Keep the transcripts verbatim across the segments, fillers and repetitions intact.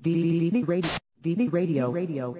D D Radio D D Radio Radio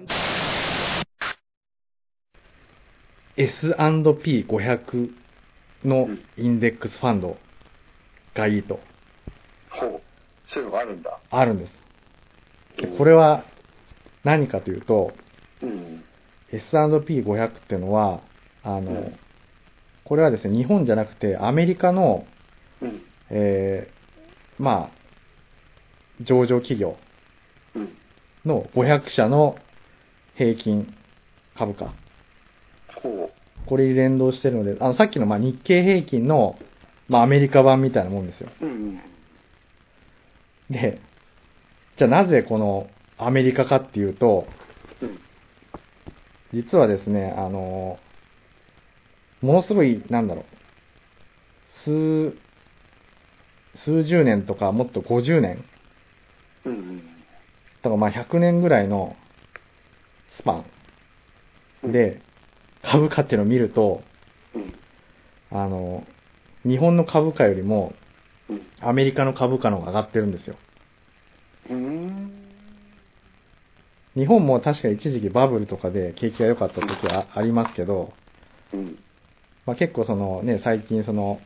エスアンドピーごひゃく のインデックスファンドがいいと。 ほう。そういうのがあるんだ。 あるんです。でこれは何かというと、 うん、 エスアンドピーごひゃく っていうのは、あの、うん、これはですね、日本じゃなくてアメリカの、 うん、 えー、まあ、上場企業のごひゃくしゃの平均株価。 ほう。 これに連動してるので、あの、さっきのまあ日経平均の、まあアメリカ版みたいなもんですよ。 うん、 で、じゃあなぜこのアメリカかっていうと、 うん、 実はですね、あの、ものすごい、なんだろう、数、数十年とかもっとごじゅうねん、 うんうん、 とかまあひゃくねんぐらいのスパンで株価っていうのを見ると、 うん、 あの、日本の株価よりもうん、 アメリカの株価の方が上がってるんですよ。 うーん、 日本も確か一時期バブルとかで景気が良かった時はありますけど、 うん、 まあ、結構そのね、最近その、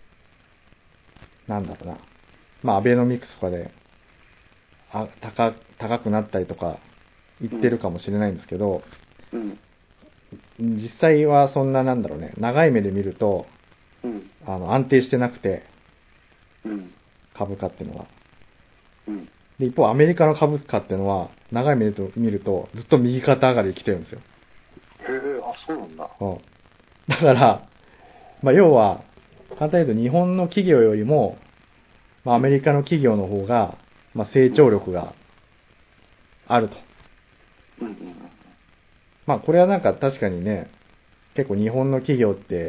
なんだろうな、まあアベノミクスとかで、あ、高、高くなったりとか言ってるかもしれないんですけど、 うん、 実際はそんななんだろうね、長い目で見ると、 うん、 あの、安定してなくて、 うん、 株価っていうのは。 うん。 で、一方アメリカの株価っていうのは、長い目で見ると、ずっと右肩上がりで来てるんですよ。 へえ、あ、そうなんだ。 うん。だから、まあ要は、簡単に言うと日本の企業よりも、まあアメリカの企業の方が、まあ成長力があると。 うんうん、 まあこれはなんか確かにね、結構日本の企業って、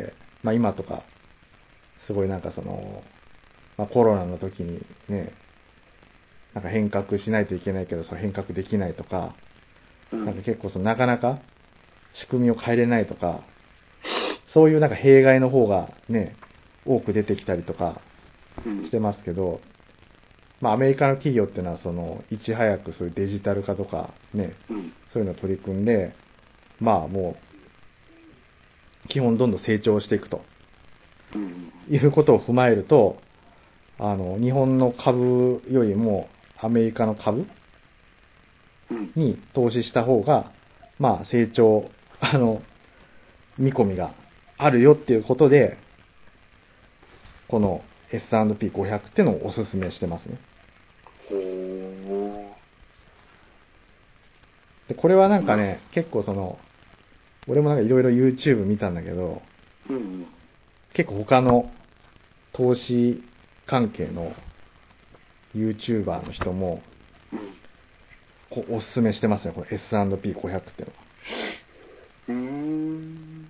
まあ今とか、すごいなんかその、まあコロナの時にね、なんか変革しないといけないけど、そう変革できないとか、 うん、 なんか結構そのなかなか仕組みを変えれないとか、そういうなんか弊害の方がね、多く出てきたりとかしてますけど、まあアメリカの企業っていうのはその、いち早くそういうデジタル化とかね、 うん、 そういうのを取り組んで、まあもう、基本どんどん成長していくと、 うん、 いうことを踏まえると、あの、日本の株よりもアメリカの株に投資した方が、まあ成長、あの、見込みがあるよっていうことで、この エスアンドピーごひゃく っていうのをお勧めしてますね。 ほー。 で、これはなんかね、結構その、俺もなんかいろいろ YouTube 見たんだけど、 うん、 結構他の投資関係の YouTuber の人も、こうおすすめしてますね、この エスアンドピーごひゃく っていうのは。 うーん。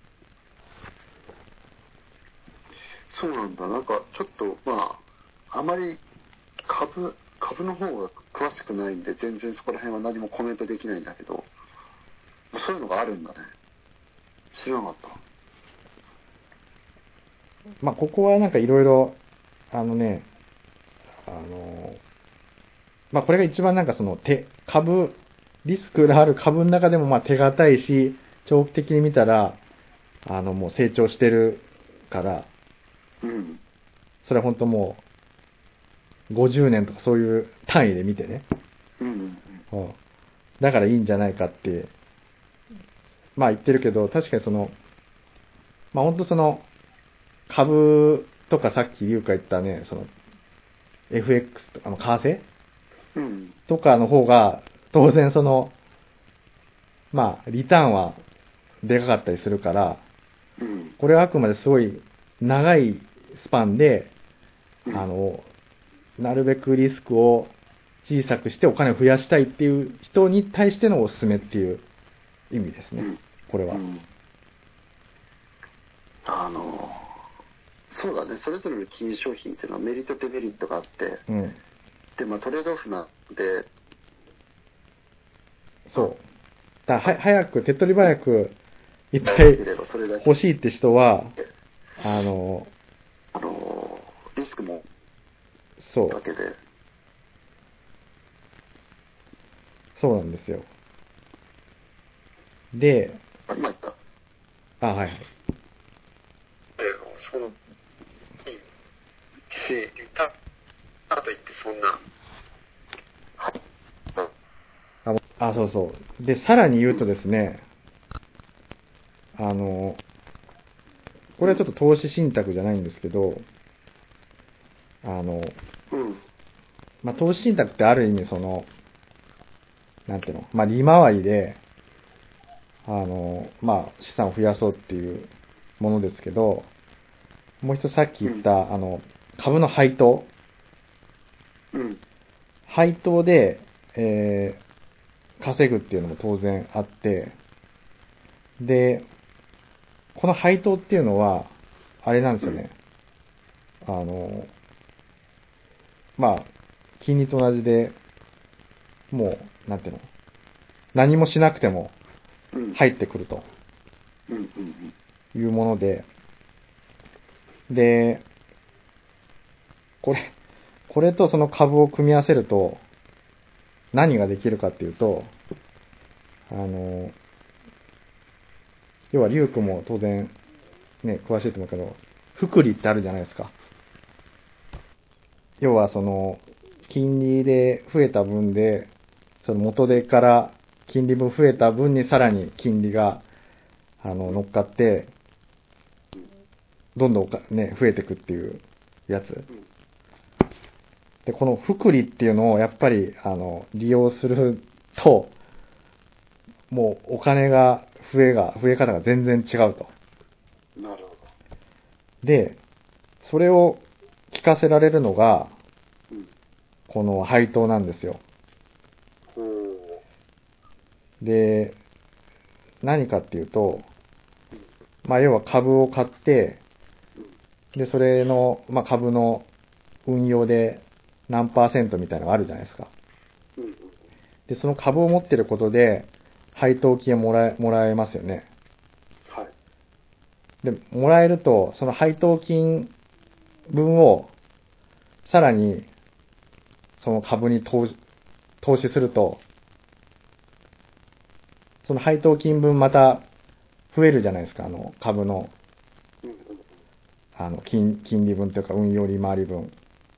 そうなんだ。なんかちょっとまああまり株株の方が詳しくないんで全然そこら辺は何もコメントできないんだけど、そういうのがあるんだね。知らなかった。 まあここはなんかいろいろあのね、あのまあこれが一番なんかその手株リスクのある株の中でもまあ手堅いし、長期的に見たらあのもう成長してるから。 うん、 それは本当もうごじゅうねんとかそういう単位で見てね、 うん、 うん、だからいいんじゃないかってまあ言ってるけど、確かにそのまあ本当その株とかさっき優香言ったね、その エフエックス とかの為替、 うん、 とかの方が当然そのまあリターンはでかかったりするから、 うん、 これはあくまですごい長いスパンで、あの、なるべくリスクを小さくしてお金を増やしたいっていう人に対してのおすすめっていう意味ですね、 うん、 これは。 うん、あの、そうだね、それぞれの金融商品っていうのはメリットデメリットがあって、 うん。 で、まあトレードオフなんで、 そう。だは早く、手っ取り早くいっぱい欲しいって人は、あの、 あの、リスクもそう。 だけで。 そうなんですよ。で、 あ、今言った。 あ、はいはい。 えその、いいし、リターといってそんな、はい。 あ、あそうそう。で、さらに言うとですね、あの、これはちょっと投資信託じゃないんですけど、あの、 うん。 まあ、投資信託ってある意味その、なんていうの、まあ、利回りで、あの、まあ、資産を増やそうっていうものですけど、もう一つさっき言った、うん、あの、株の配当。 うん。 配当で、えー、稼ぐっていうのも当然あって、で、この配当っていうのは、あれなんですよね。うん、あの、まあ、金利と同じで、もう、なんていうの、何もしなくても入ってくるというもので、で、これ、これとその株を組み合わせると、何ができるかっていうと、あの、要はリュウ君も当然、ね、詳しいと思うけど、複利ってあるじゃないですか。要はその、金利で増えた分で、その元手から金利分増えた分にさらに金利が、あの、乗っかって、どんどんね、増えていくっていうやつ。で、この複利っていうのをやっぱり、あの、利用すると、もうお金が、増えが、増え方が全然違うと。 なるほど。 で、それを聞かせられるのが、うん、この配当なんですよ。で、何かっていうと、まあ要は株を買って、で、それの、まあ株の運用で何パーセントみたいなのがあるじゃないですか。で、その株を持ってることで、配当金をもらえ、もらえますよね。 はい。 で、もらえると、その配当金分を、さらに、その株に投資、投資すると、その配当金分また増えるじゃないですか、あの、株の、あの、金、金利分というか、運用利回り分。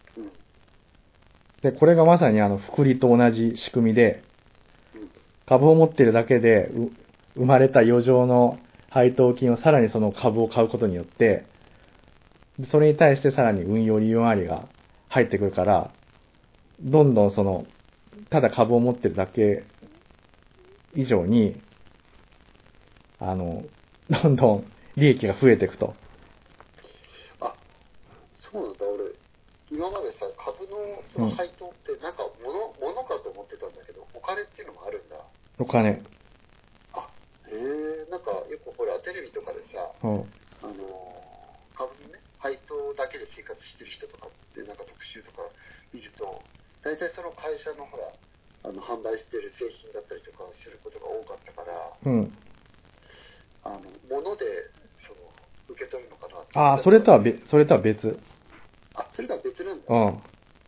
で、これがまさにあの、複利と同じ仕組みで、株を持っているだけで、生まれた余剰の配当金をさらにその株を買うことによって、それに対してさらに運用利回りが入ってくるから、どんどんその、ただ株を持ってるだけ以上に、あの、どんどん利益が増えていくと。 あ、そうなんだ、俺。今までさ、株のその配当ってなんか物、物かと思ってたんだけど、お金っていうのもあるんだ。 お金。 あ、へえ、なんかよくほら、テレビとかでさ、 うん、 あの、株のね、配当だけで生活してる人とかってなんか特集とか見ると、大体その会社のほら、あの、販売してる製品だったりとかすることが多かったから、 うん。 あの、物で、その、受け取るのかなって。 ああ、それとは別、それとは別。 あ、それとは別なんだ。 うん。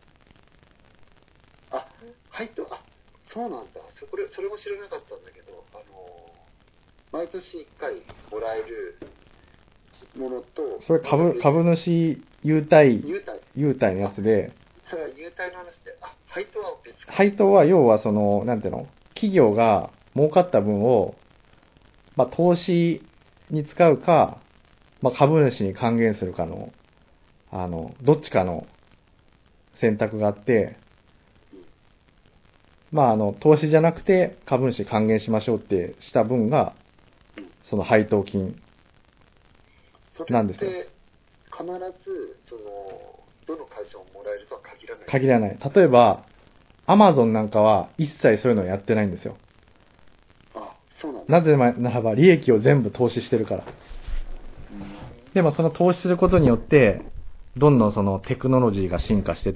あ、配当、あ、そうなんだ。そこで、それも知らなかったんだけど、あの、毎年いっかいもらえるものと、 それ株、株主優待、 優待。 優待のやつで、 それは優待の話で、あ、配当は別か。 配当は要はその、なんていうの、企業が儲かった分を、まあ、投資に使うか、まあ、株主に還元するかの、あの、どっちかの選択があって、まあ、あの、投資じゃなくて株主還元しましょうってした分が、その配当金なんですよ。 それって必ず、その、どの会社ももらえるとは限らない。 限らない。例えば、アマゾンなんかは一切そういうのをやってないんですよ。 あ、そうなんだ。 なぜならば、利益を全部投資してるから。でもその投資することによって、どんどんそのテクノロジーが進化していって、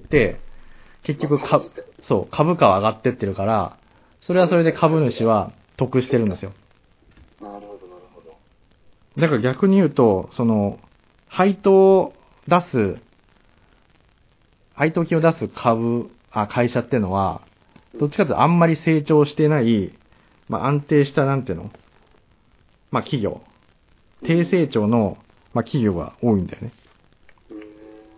結局か、そう、株価は上がってってるから、それはそれで株主は得してるんですよ。 なるほど、なるほど。 だから逆に言うと、その、配当を出す、配当金を出す株、あ、会社っていうのは、 どっちかというとあんまり成長してない、まあ安定した、なんていうの、まあ企業、低成長の、まあ企業が多いんだよね。 うん。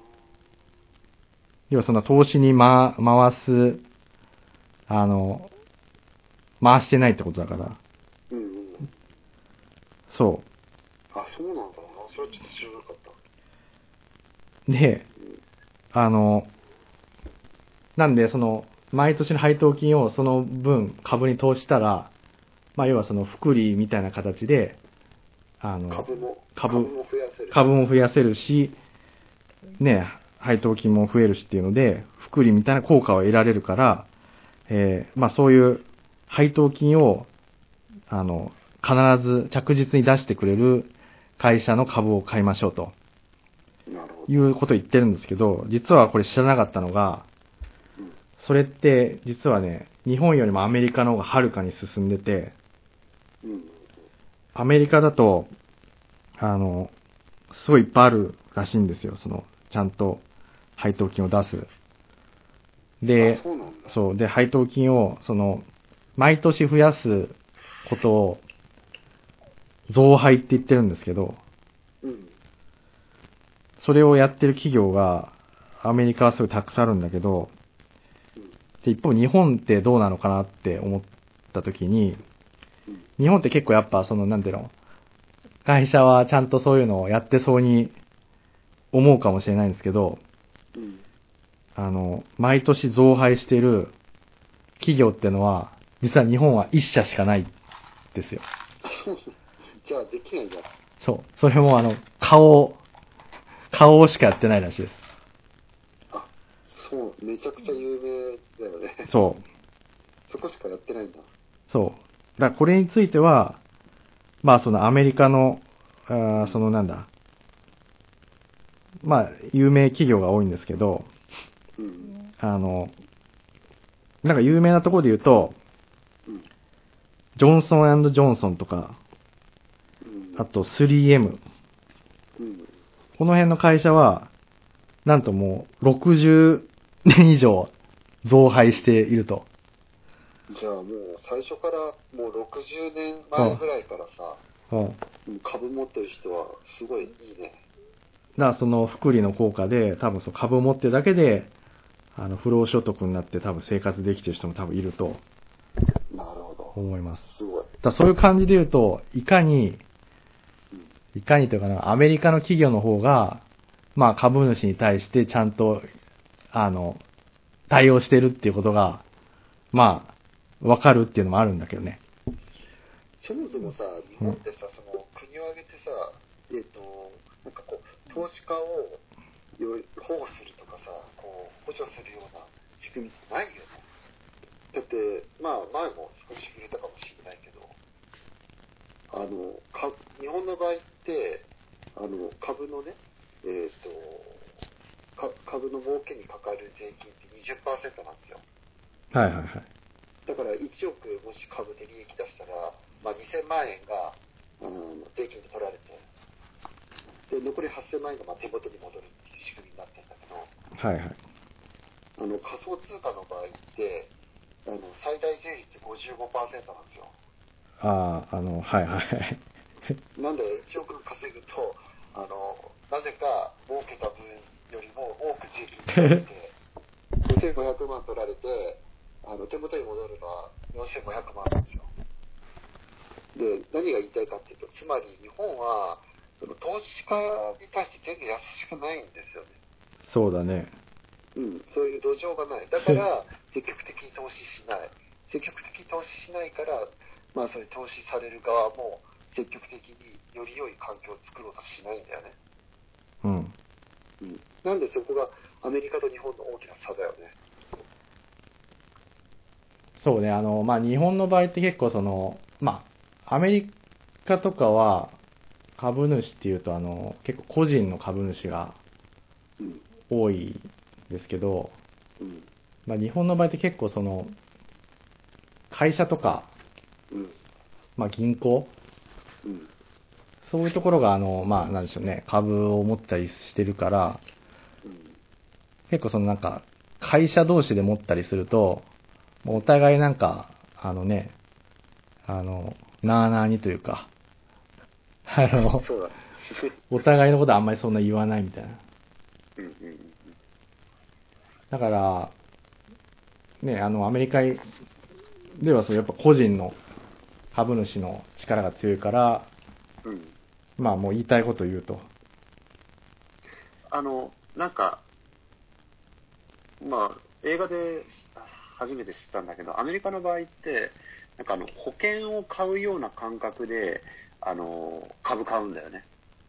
要はその投資に、ま、回す、あの、回してないってことだから。 うんうん。 そあ、そうなんだな。それはちょっと知らなかった。 う。で、 うん、 あの、なんでその、毎年の配当金をその分株に投資したら、まあ要はその複利みたいな形で、あの、 株も、 株、 株も増やせる。 株も増やせるし、ね、配当金も増えるしっていうので、複利みたいな効果を得られるから、えー、まあそういう配当金を、あの、必ず着実に出してくれる会社の株を買いましょうと。 なるほど。 いうことを言ってるんですけど、実はこれ知らなかったのが、 うん、 それって実はね、日本よりもアメリカの方がはるかに進んでて、 うん、 アメリカだと、あの、すごいいっぱいあるらしいんですよ。その、ちゃんと配当金を出す。で、 そうなんだ。 そう。で、配当金を、その、毎年増やすことを、増配って言ってるんですけど、 うん、 それをやってる企業が、アメリカはすごいたくさんあるんだけど、 うん、 で一方日本ってどうなのかなって思った時に、 うん、 日本って結構やっぱその、なんていうの、会社はちゃんとそういうのをやってそうに思うかもしれないんですけど、 うん、 あの、毎年増配している企業ってのは、実は日本は一社しかないですよ。 そうじゃあできないじゃん。 そう。それもあの、顔、顔しかやってないらしいです。 あ、そう、めちゃくちゃ有名だよね。 そう。 そこしかやってないんだ。 そう。だからこれについては、まあそのアメリカの、あそのなんだ、まあ有名企業が多いんですけど、 うん、 あの、なんか有名なところで言うと、 うん、 ジョンソン&ジョンソンとか、 うん、 あと スリーエム。 うん、 この辺の会社は、なんともうろくじゅうねん以上増配していると。 じゃあもう最初からもうろくじゅうねんまえぐらいからさ、 うん。だか株持ってる人はすごいいいね。 らその複利の効果で、多分その株を持ってるだけで、あの、不労所得になって多分生活できてる人も多分いるとなるほど。 思います。 すごい。 だそういう感じで言うと、いかに、 うん、 いかにというかな、アメリカの企業の方が、まあ株主に対してちゃんと、あの、対応してるっていうことが、まあ、わかるっていうのもあるんだけどね。 そもそもさ、日本ってさ、その国を挙げてさ、えっ、と、なんかこう、投資家をより保護するとかさ、こう、補助するような仕組みってないよね。だって、まあ、前も少し触れたかもしれないけど、あの、か日本の場合って、あの、株のね、えっ、と、か株の儲けにかかる税金って にじゅっパーセント なんですよ。 はいはいはい。 だからいちおくもし株で利益出したら、まあ、にせんまんえんが、うん、税金で取られて、で残りはっせんまんえんがまあ手元に戻るっていう仕組みになってるんだけど、 はいはい。 あの仮想通貨の場合ってあの最大税率 ごじゅうごパーセント なんですよ。 ああ、あの、はいはい。 なんでいちおく稼ぐと、あのなぜか儲けた分よりも多く税金取られて、ごせんごひゃくまん取られて、あの手元に戻るのはよんせんごひゃくまんなんですよ。で、何が言いたいかっていうと、つまり日本はその投資家に対して全然優しくないんですよね。 そうだね。 うん、そういう土壌がない。だから積極的に投資しない。積極的に投資しないから、まあそういう投資される側も積極的により良い環境を作ろうとしないんだよね。 うん。 うん。なんでそこがアメリカと日本の大きな差だよね。 そうね、あの、まあ、日本の場合って結構その、まあ、アメリカとかは株主っていうとあの、結構個人の株主がうん。 多いですけど、 うん。 まあ、日本の場合って結構その、会社とか、 うん。 まあ、銀行、 うん。 そういうところがあの、まあ、なんでしょうね、株を持ったりしてるから、 うん。 結構そのなんか、会社同士で持ったりすると、 もうお互いなんか、あのね、あの、なーなーにというか、あの、 そうだ。 お互いのことあんまりそんな言わないみたいな。 うんうんうん。 だから、ね、あの、アメリカではそう、やっぱ個人の株主の力が強いから、 うん。 まあもう言いたいこと言うと。 あの、なんか、まあ、映画で初めて知ったんだけど、アメリカの場合って、なんかあの、保険を買うような感覚で、あの、株買うんだよね。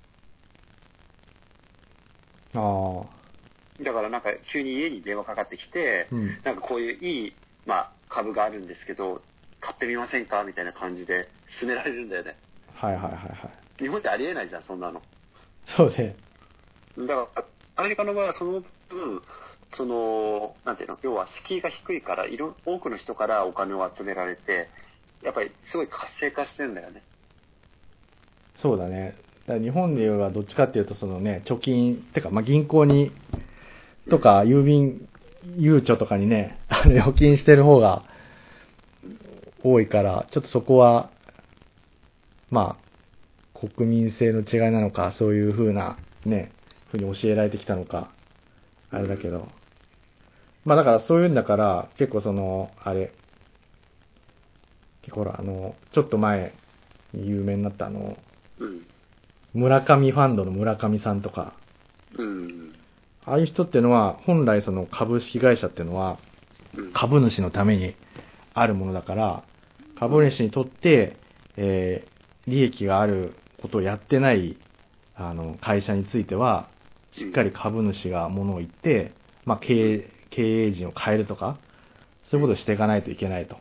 ああ。 だからなんか急に家に電話かかってきて、 うん。 なんかこういういい、まあ、株があるんですけど、買ってみませんかみたいな感じで勧められるんだよね。 はいはいはいはい。 日本ってありえないじゃん、そんなの。 そうね。 だから、アメリカの場合はその分、その、なんていうの、要は敷居が低いから、いろ、多くの人からお金を集められて、やっぱりすごい活性化してるんだよね。 そうだね。だから日本ではどっちかっていうと、そのね、貯金、てか、まあ、銀行に、とか、郵便、ゆうちょとかにね、あの、預金してる方が多いから、ちょっとそこは、まあ、国民性の違いなのか、そういう風な、ね、風に教えられてきたのか、あれだけど。まあだからそういうんだから、結構その、あれ、結構ほら、あの、ちょっと前に有名になったあの、 うん。 村上ファンドの村上さんとか、 うん。 ああいう人っていうのは、本来その株式会社っていうのは、株主のためにあるものだから、株主にとって、えー、利益があることをやってない、あの、会社については、しっかり株主がものを言って、まあ、経営、経営陣を変えるとか、そういうことをしていかないといけないと。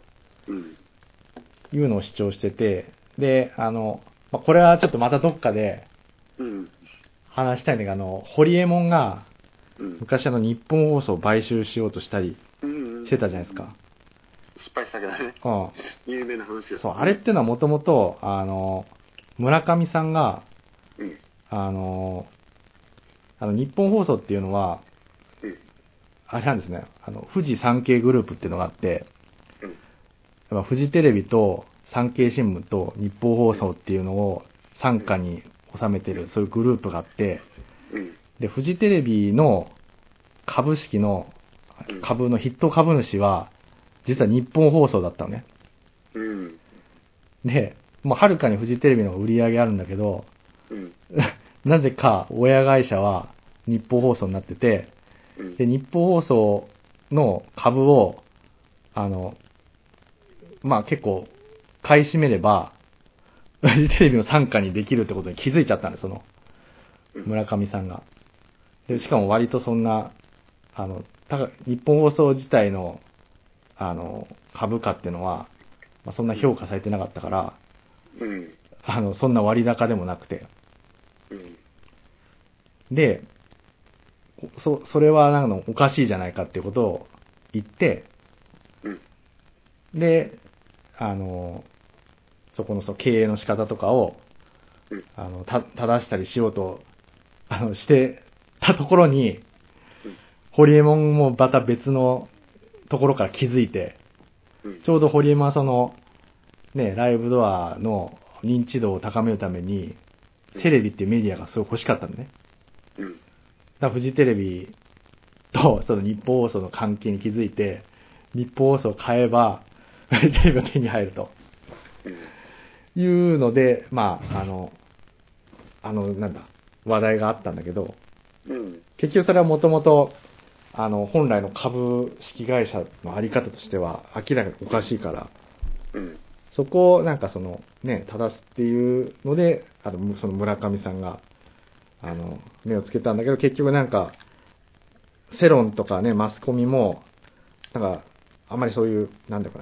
いうのを主張してて、で、あの、まあ、これはちょっとまたどっかで話したいんだけど、あの、ホリエモンが昔あの日本放送を買収しようとしたりしてたじゃないですか。 失敗したけどね。 うん。 有名な話です。 そう、あれってのはもともと、あの、村上さんが、 うん。 あの、あの日本放送っていうのは、 うん。 あれなんですね、あの、富士山系グループっていうのがあって、 うん。 フジテレビと産経新聞と日本放送っていうのを傘下に収めてる、そういうグループがあって、 うん。 で、フジテレビの株式の株の筆頭株主は、実は日本放送だったのね。 うん。 で、もうはるかにフジテレビの売り上げあるんだけど、 うん。 なぜか親会社は日本放送になってて、で、日本放送の株を、あの、まあ結構買い占めれば、フジテレビの傘下にできるってことに気づいちゃったんです、その、村上さんが。で、しかも割とそんな、あの、たか日本放送自体の、あの、株価っていうのは、まあ、そんな評価されてなかったから、 うん。 あの、そんな割高でもなくて。 うん。 で、そ、それはなんかおかしいじゃないかっていうことを言って、 うん。 で、あの、そこのその経営の仕方とかを、 うん。 あの、た、正したりしようと、あの、してたところに、ホリエモンもまた別のところから気づいて、ちょうどホリエモンはその、ね、ライブドアの認知度を高めるために、テレビっていうメディアがすごい欲しかったんだね。 うん。 だからフジテレビとその日本放送の関係に気づいて、日本放送を買えば、フジテレビが手に入ると。いうので、まあ、あの、あの、なんだ、話題があったんだけど、 うん。 結局それはもともと、あの、本来の株式会社のあり方としては明らかにおかしいから、 うん。 そこをなんかその、ね、正すっていうので、あの、その村上さんが、あの、目をつけたんだけど、結局なんか、世論とかね、マスコミも、なんか、あんまりそういう、なんだかな、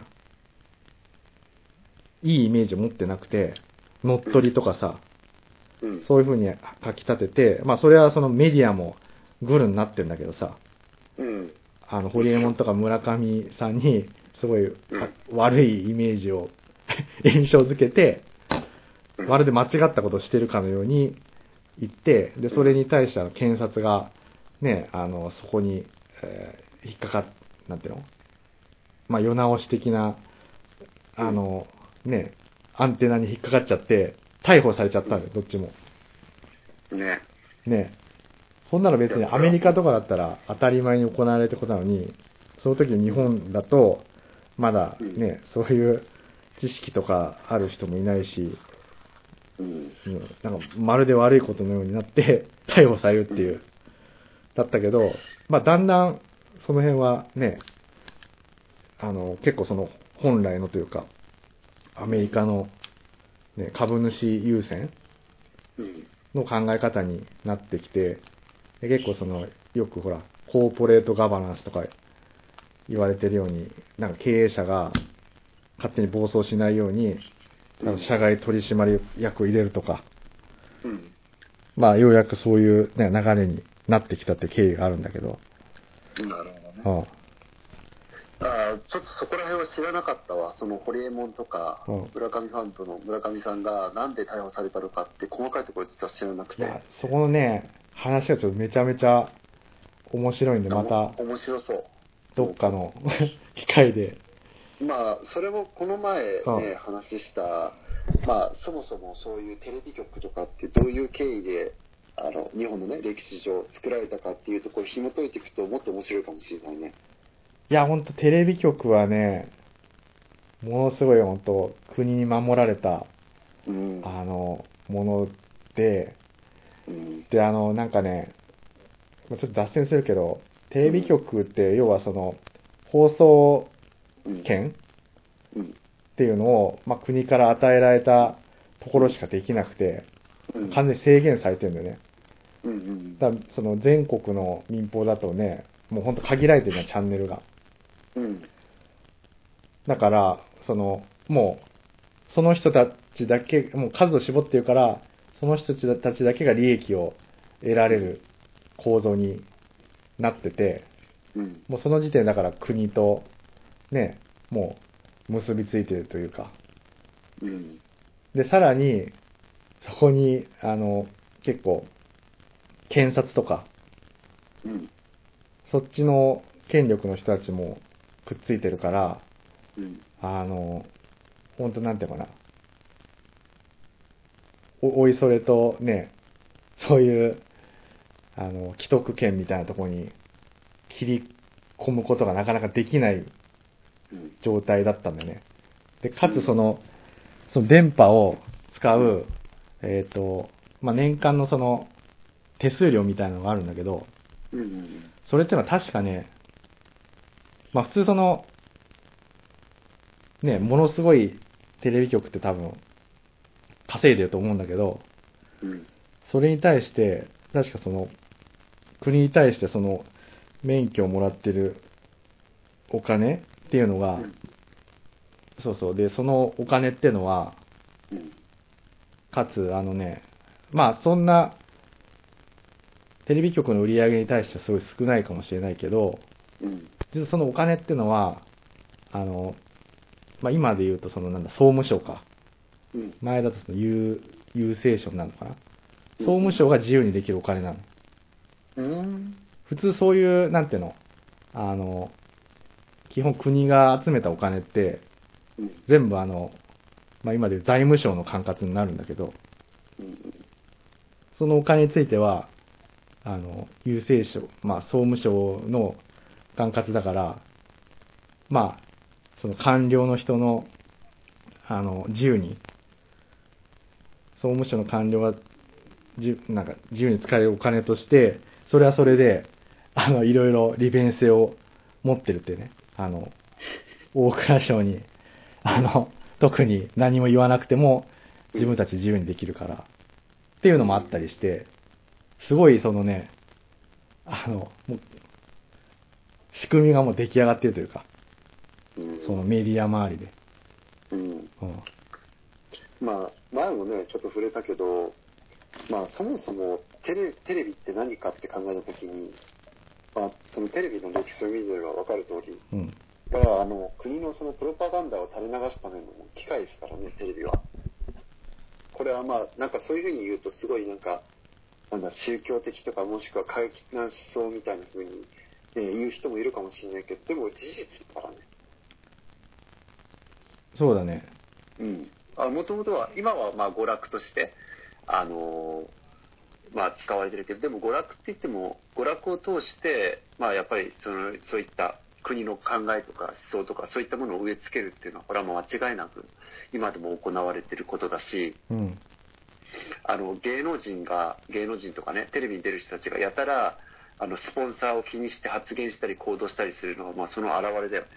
いいイメージを持ってなくて、乗っ取りとかさ、 うん。 そういう風に書き立てて、まあそれはそのメディアもグルになってるんだけどさ、 うん。 あの、ホリエモンとか村上さんに、すごい悪いイメージを印象づけて、まるで間違ったことをしてるかのように言って、で、それに対してあの検察が、ね、あの、そこに、えー引っかかっ、なんていうのまあ世直し的な、あの、ね、アンテナに引っかかっちゃって、逮捕されちゃったんだよ、どっちも。 ね。 ね。そんなの別にアメリカとかだったら当たり前に行われてることなのに、その時日本だと、まだね、そういう知識とかある人もいないし、 うん、 なんかまるで悪いことのようになって逮捕されるっていう、だったけど、まあだんだんその辺はね、あの結構その本来のというか、アメリカの、ね、株主優先の考え方になってきて、で結構そのよくほらコーポレートガバナンスとか言われてるように、なんか経営者が勝手に暴走しないように、うん、社外取締役を入れるとか、うん、まあようやくそういう、ね、流れになってきたって経緯があるんだけど。 なるほどね。ああ、あちょっとそこら辺は知らなかったわ。そのホリエモンとか、うん、村上ファンドの村上さんがなんで逮捕されたのかって細かいところ実は知らなくて。いや、 そこのね、話がちょっとめちゃめちゃ面白いんで、また面白そう。 どっかの機会で。 まあ、それもこの前ね、うん、話した、まあ、そもそもそういうテレビ局とかってどういう経緯で、あの、日本のね、歴史上作られたかっていうところを紐解いていくともっと面白いかもしれないね。 いや、ほんとテレビ局はね、ものすごいほんと国に守られた、うん、あの、もので、うん、で、あの、なんかね、ちょっと脱線するけど、テレビ局って要はその、放送権っていうのを、まあ、国から与えられたところしかできなくて、完全に制限されてるんだよね。だからその全国の民放だとね、もうほんと限られてるの、チャンネルが。だから、その、もう、その人たちだけ、もう数を絞ってるから、その人たちだけが利益を得られる構造になってて、もうその時点だから国と、ね、もう結びついてるというか。うん、で、さらに、そこに、あの、結構、検察とか、うん、そっちの権力の人たちもくっついてるから、うん、あの、ほんとなんていうかな、お、おいそれとね、そういう、あの、既得権みたいなところに切り込むことがなかなかできない状態だったんだよね。で、かつその、その電波を使う、えっと、まあ、年間のその、手数料みたいなのがあるんだけど、それってのは確かね、まあ、普通その、ね、ものすごいテレビ局って多分、稼いでると思うんだけど、それに対して、確かその、国に対してその、免許をもらってるお金っていうのが、うん、そうそう。で、そのお金っていうのは、うん、かつ、あのね、まあそんな、テレビ局の売り上げに対してはすごい少ないかもしれないけど、うん、実はそのお金っていうのは、あの、まあ今で言うとそのなんだ、総務省か。うん、前だとその郵、郵政省なのかな。総務省が自由にできるお金なの。うん、普通そういう、なんていうの、あの、基本国が集めたお金って、全部あの、まあ今でいう財務省の管轄になるんだけど、そのお金については、あの、郵政省、まあ総務省の管轄だから、まあ、その官僚の人の、あの、自由に、総務省の官僚が、じなんか自由に使えるお金として、それはそれで、あの、いろいろ利便性を持ってるってね。あの、大蔵省に、あの、特に何も言わなくても、自分たち自由にできるから、っていうのもあったりして、すごいそのね、あの、もう、仕組みがもう出来上がっているというか、そのメディア周りで。うん。うん、 まあ、前もね、ちょっと触れたけど、まあ、そもそもテレ、テレビって何かって考えたときに、まあ、そのテレビの歴史を見てれば分かる通り、うん、だからあの国のそのプロパガンダを垂れ流すための機械ですからね、テレビは。これはまあ、なんかそういうふうに言うとすごいなんか、なんだ、宗教的とかもしくは過激な思想みたいなふうに、ね、言う人もいるかもしれないけど、でも事実だからね。 そうだね。 うん。もともとは、今はまあ娯楽として、あのー、まあ使われてるけど、でも娯楽って言っても、娯楽を通して、まあやっぱりその、そういった国の考えとか思想とかそういったものを植え付けるっていうのは、これはもう間違いなく今でも行われてることだし、 うん、 あの芸能人が、芸能人とかね、テレビに出る人たちがやたら、あのスポンサーを気にして発言したり行動したりするのは、まあその表れだよね。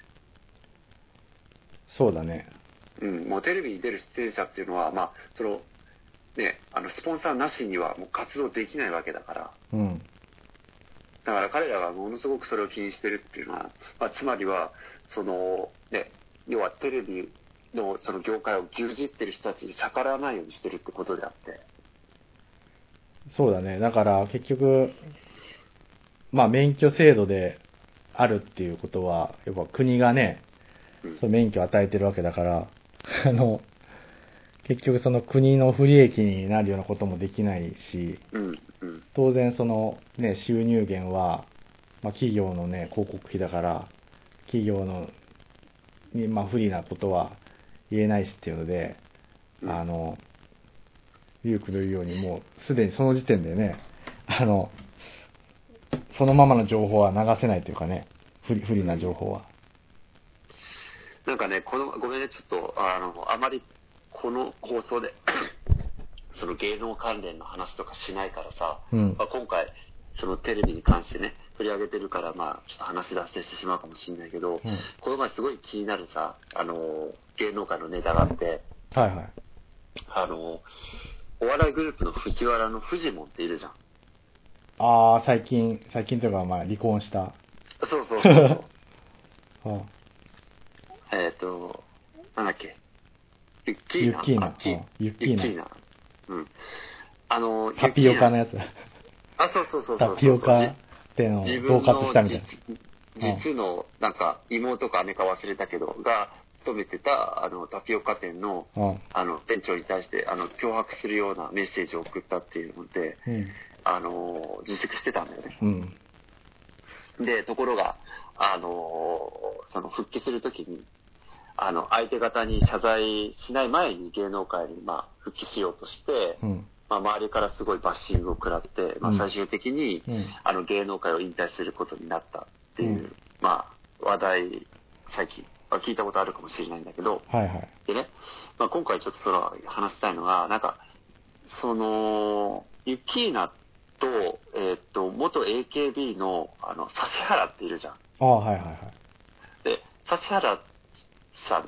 そうだね。 うん、もうテレビに出る出演者っていうのは、まあそのね、あのスポンサーなしにはもう活動できないわけだから、 うん、 だから彼らがものすごくそれを気にしてるっていうのは、まあ、つまりはそのね、要はテレビのその業界を牛耳ってる人たちに逆らわないようにしてるってことであって。 そうだね。だから結局、まあ免許制度であるっていうことは、やっぱ国がね、 うん、 その免許を与えてるわけだから、あの、結局その国の不利益になるようなこともできないし、 うんうん、 当然そのね、収入源は、まあ、企業のね、広告費だから、企業のに、まあ、不利なことは言えないしっていうので、 うん、 あの、リュウクの言うようにもうすでにその時点でね、あの、そのままの情報は流せないというかね、不利、不利な情報は。 なんかね、この、ごめんね、ちょっと、あの、あまりこの放送で、その芸能関連の話とかしないからさ、 うん、 まあ、今回、そのテレビに関してね、取り上げてるから、まあ、ちょっと話脱線してしまうかもしれないけど、 うん、 この前すごい気になるさ、あの、芸能界のネタがあって、 はいはい。 あの、お笑いグループの藤原のフジモンっているじゃん。 ああ、最近、最近というか、まあ、離婚した。 そうそうそうそう。 うん、 えっと、なんだっけ。ユッキーナ。 ユッキーナ。 あっちうん、ユッキーナ。 ユッキーナ。うん。あの、 タピオカのやつ。 あ、そうそうそうそうそう。 タピオカってのを恫喝したみたいな。 実の、なんか、妹か姉か忘れたけど、が、勤めてた、あの、タピオカ店の、 うん、 あの、店長に対して、あの、脅迫するようなメッセージを送ったっていうので、 うん、 あの、自粛してたんだよね。 うん。 で、ところが、あの、その、復帰するときに、あの、相手方に謝罪しない前に芸能界に、まあ、復帰しようとして、 うん、 まあ、周りからすごいバッシングを食らって、まあ、最終的に、 うん、 あの、芸能界を引退することになったっていう、うん、まあ、話題、最近、聞いたことあるかもしれないんだけど、 はいはい。 でね、まあ、今回ちょっとその話したいのが、なんか、その、ユキーナと、えー、っと、元 エーケービー の、あの、指原っているじゃん。 ああ、はいはいはい。 で、指原さんって、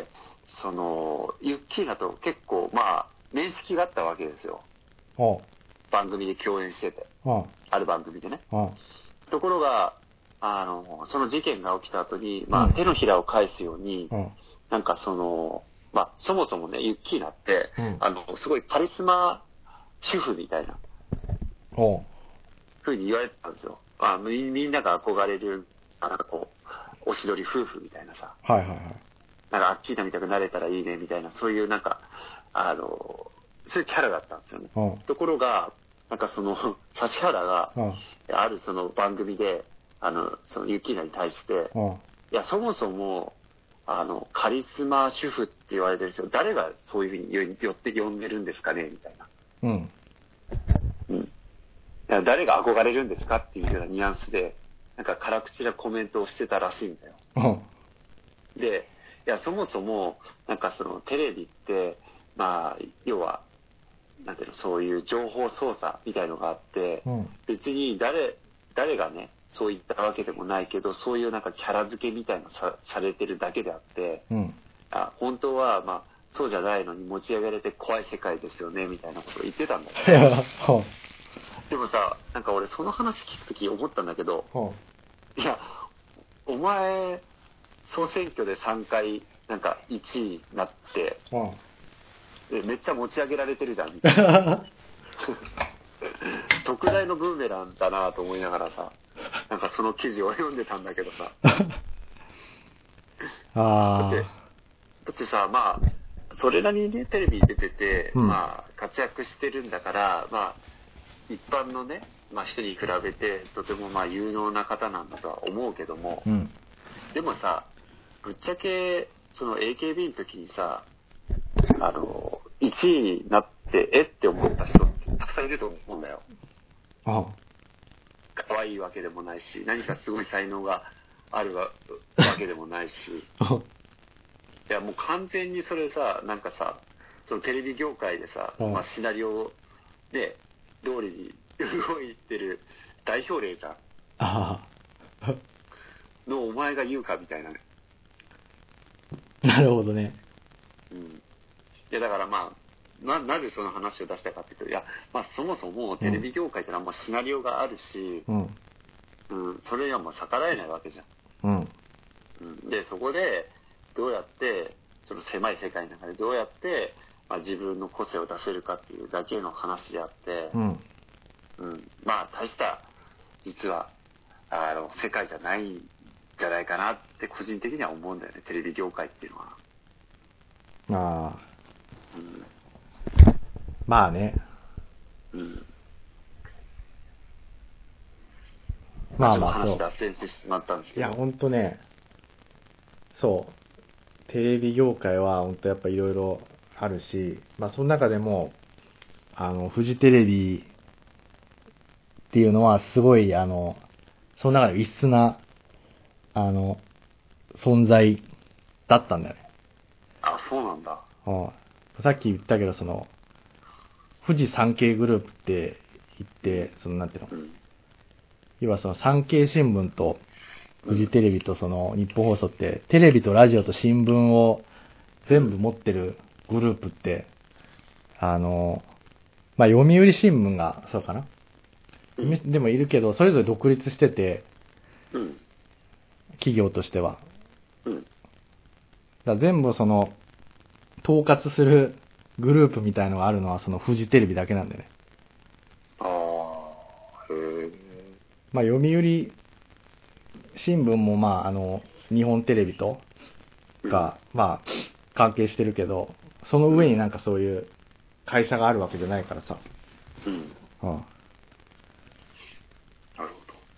その、ユッキーナと結構、まあ、面識があったわけですよ。 ああ、 番組で共演してて。 あある番組でね。 あ、 ところが、あの、その事件が起きた後に、まあ、うん、手のひらを返すように、うん、なんかその、まあ、そもそもね、ユッキーナって、うん、あの、すごいカリスマ主婦みたいな、ふうに言われてたんですよ。まあ、み、みんなが憧れる、なんかこう、おしどり夫婦みたいなさ。 はいはいはい。 なんか、アッキーナみたくなれたらいいね、みたいな、そういうなんか、あの、そういうキャラだったんですよね。うん、ところが、なんかその、指原が、うん、あるその番組で、あの、そのユキーナに対して、うん、いや、そもそも、あの、カリスマ主婦って言われてる人、誰がそういうふうに寄って呼んでるんですかねみたいな。うん。うん。誰が憧れるんですかっていうようなニュアンスで、なんか辛口なコメントをしてたらしいんだよ。うん。で、いや、そもそも、なんかそのテレビって、まあ、要は、なんていうの、そういう情報操作みたいのがあって、うん、別に誰、誰がね、そういったわけでもないけど、そういうなんかキャラ付けみたいなさ、されてるだけであって、うん、あ本当は、まあ、そうじゃないのに持ち上げられて怖い世界ですよね、みたいなことを言ってたんだよね。でもさ、なんか俺その話聞くとき思ったんだけど、いや、お前、総選挙でさんかい、なんかいちいになって、めっちゃ持ち上げられてるじゃんみたいな特大のブーメランだなと思いながらさ、なんかその記事を読んでたんだけどさあだってだってさ、まあそれなりにねテレビに出てて、うん、まあ活躍してるんだから、まあ一般のね、まあ、人に比べてとてもまあ有能な方なんだとは思うけども、うん、でもさぶっちゃけその エーケービー の時にさ、あの、いちいになって、えって思った人ってたくさんいると思うんだよ。 ああ。 可愛いわけでもないし、何かすごい才能があるわけでもないし。いや、もう完全にそれさ、なんかさ、そのテレビ業界でさ、まあ、シナリオで、通りに動いてる代表例じゃん。 ああ。 のお前が言うかみたいなね。 なるほどね。 うん。いや、だからまあ、な、なぜその話を出したかっていうと、いや、まあそもそもテレビ業界ってのはまあシナリオがあるし、 うん。 うん、それにはもう逆らえないわけじゃん。 うん。 うん。で、そこで、どうやって、その狭い世界の中でどうやって、まあ、自分の個性を出せるかっていうだけの話であって、 うん。 うん。まあ、大した、実は、あの、世界じゃないんじゃないかなって個人的には思うんだよね、テレビ業界っていうのは。 ああ。 うん。 まあね。 うん。 まあまあそう。 話脱線してしまったんですけど。 いや、ほんとね、そう。テレビ業界はほんとやっぱいろいろあるし、まあその中でも、あの、フジテレビっていうのはすごい、あの、その中で異質な、あの、存在だったんだよね。 あ、そうなんだ。 うん。さっき言ったけど、その、富士山系グループって言って、そのなんていうの、 うん。 要はその産経新聞とフジテレビとその日本放送って、テレビとラジオと新聞を全部持ってるグループって、あの、まあ、読売新聞がそうかな、 うん、 でもいるけど、それぞれ独立してて、 うん、 企業としては。 うん。 だから全部その、統括するグループみたいのがあるのはそのフジテレビだけなんだよね。 ああ、へえ。 まあ、読売新聞もまあ、あの、日本テレビとが、うん、まあ、関係してるけど、その上になんかそういう会社があるわけじゃないからさ。 うん。 うん。 なるほ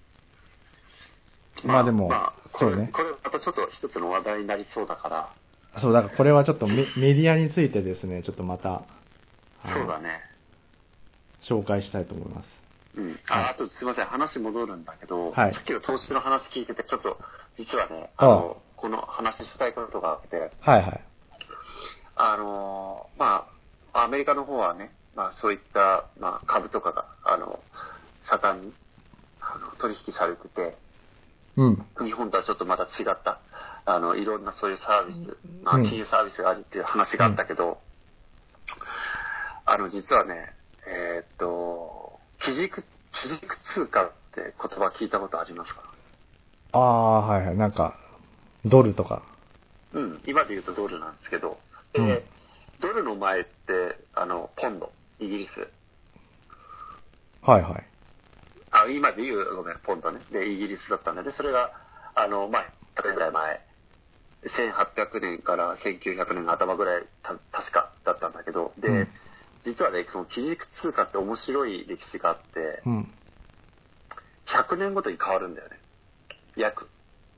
ど。 まあでも、 まあ、 そうね。 これまたちょっと一つの話題になりそうだから。 そう、だからこれはちょっとメメディアについてですね、ちょっとまた、 そうだね。 紹介したいと思います。 うん。あ、はい、あとすいません、話戻るんだけど、 はい、 さっきの投資の話聞いてて、ちょっと、実はね、あの、あこの話したいことがあって、 はいはい。 あの、まあ、アメリカの方はね、まあそういった、まあ株とかが、あの、盛んに、あの、取引されてて、 うん。 日本とはちょっとまた違った、あの、いろんなそういうサービス、まあ、金融サービスがあるっていう話があったけど、うん、あの、実はね、えー、っと、基軸、基軸通貨って言葉聞いたことありますか？ ああ、はいはい。なんか、ドルとか。 うん、今で言うとドルなんですけど、で、うん、ドルの前って、あの、ポンド、イギリス。 はいはい。 あ、今で言う、ごめん、ポンドね。で、イギリスだったんで、で、それが、あの、前、ひゃくねんぐらい前、せんはっぴゃくねんからせんきゅうひゃくねんの頭ぐらい、た確かだったんだけど、で、うん、実はね、その基軸通貨って面白い歴史があって、うん、ひゃくねんごとに変わるんだよね。約。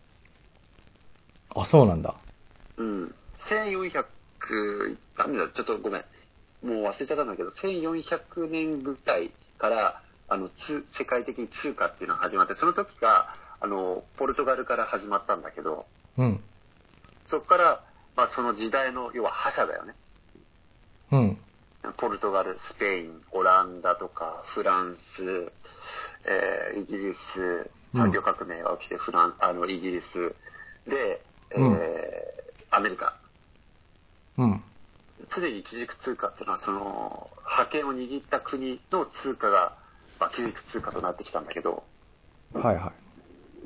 あ、そうなんだ。 うん。せんよんひゃく、なんだ、ちょっとごめん。もう忘れちゃったんだけど、せんよんひゃくねんぐらいから、あの、つ、世界的に通貨っていうのが始まって、その時が、あの、ポルトガルから始まったんだけど、 うん。 そこから、まあその時代の、要は覇者だよね。 うん。 ポルトガル、スペイン、オランダとか、フランス、えー、イギリス、産業革命が起きて、フラン、あの、イギリス、で、えー、うん、アメリカ。 うん。 常に基軸通貨っていうのは、その、覇権を握った国の通貨が、まあ、基軸通貨となってきたんだけど、 はいはい。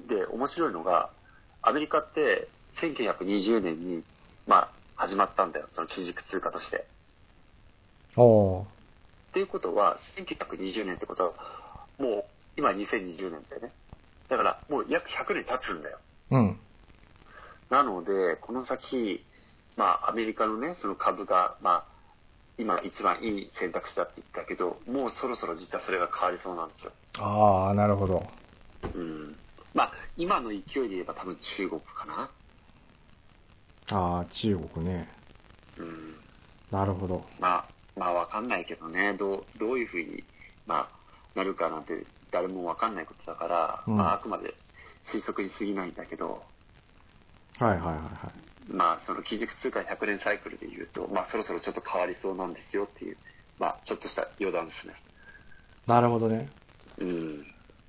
で、面白いのが、アメリカってせんきゅうひゃくにじゅうねんに、まあ、始まったんだよ、その基軸通貨として。 おー。 っていうことは、せんきゅうひゃくにじゅうねんってことは、もう、今にせんにじゅうねんだよね。だから、もう約ひゃくねん経つんだよ。 うん。 なので、この先、まあ、アメリカのね、その株が、まあ、今一番いい選択肢だって言ったけど、もうそろそろ実はそれが変わりそうなんですよ。 ああ、なるほど。 うん。まあ、今の勢いで言えば多分中国かな。 ああ、中国ね。 うん。 なるほど。 まあ、まあわかんないけどね、どう、どういうふうに、まあ、なるかなんて誰もわかんないことだから、 うん、 まああくまで推測に過ぎないんだけど、 はいはいはいはい。 まあその基軸通貨ひゃくねんサイクルで言うと、まあそろそろちょっと変わりそうなんですよっていう、まあちょっとした余談ですね。 なるほどね。 うん。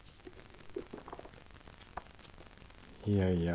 いやいや。 はい。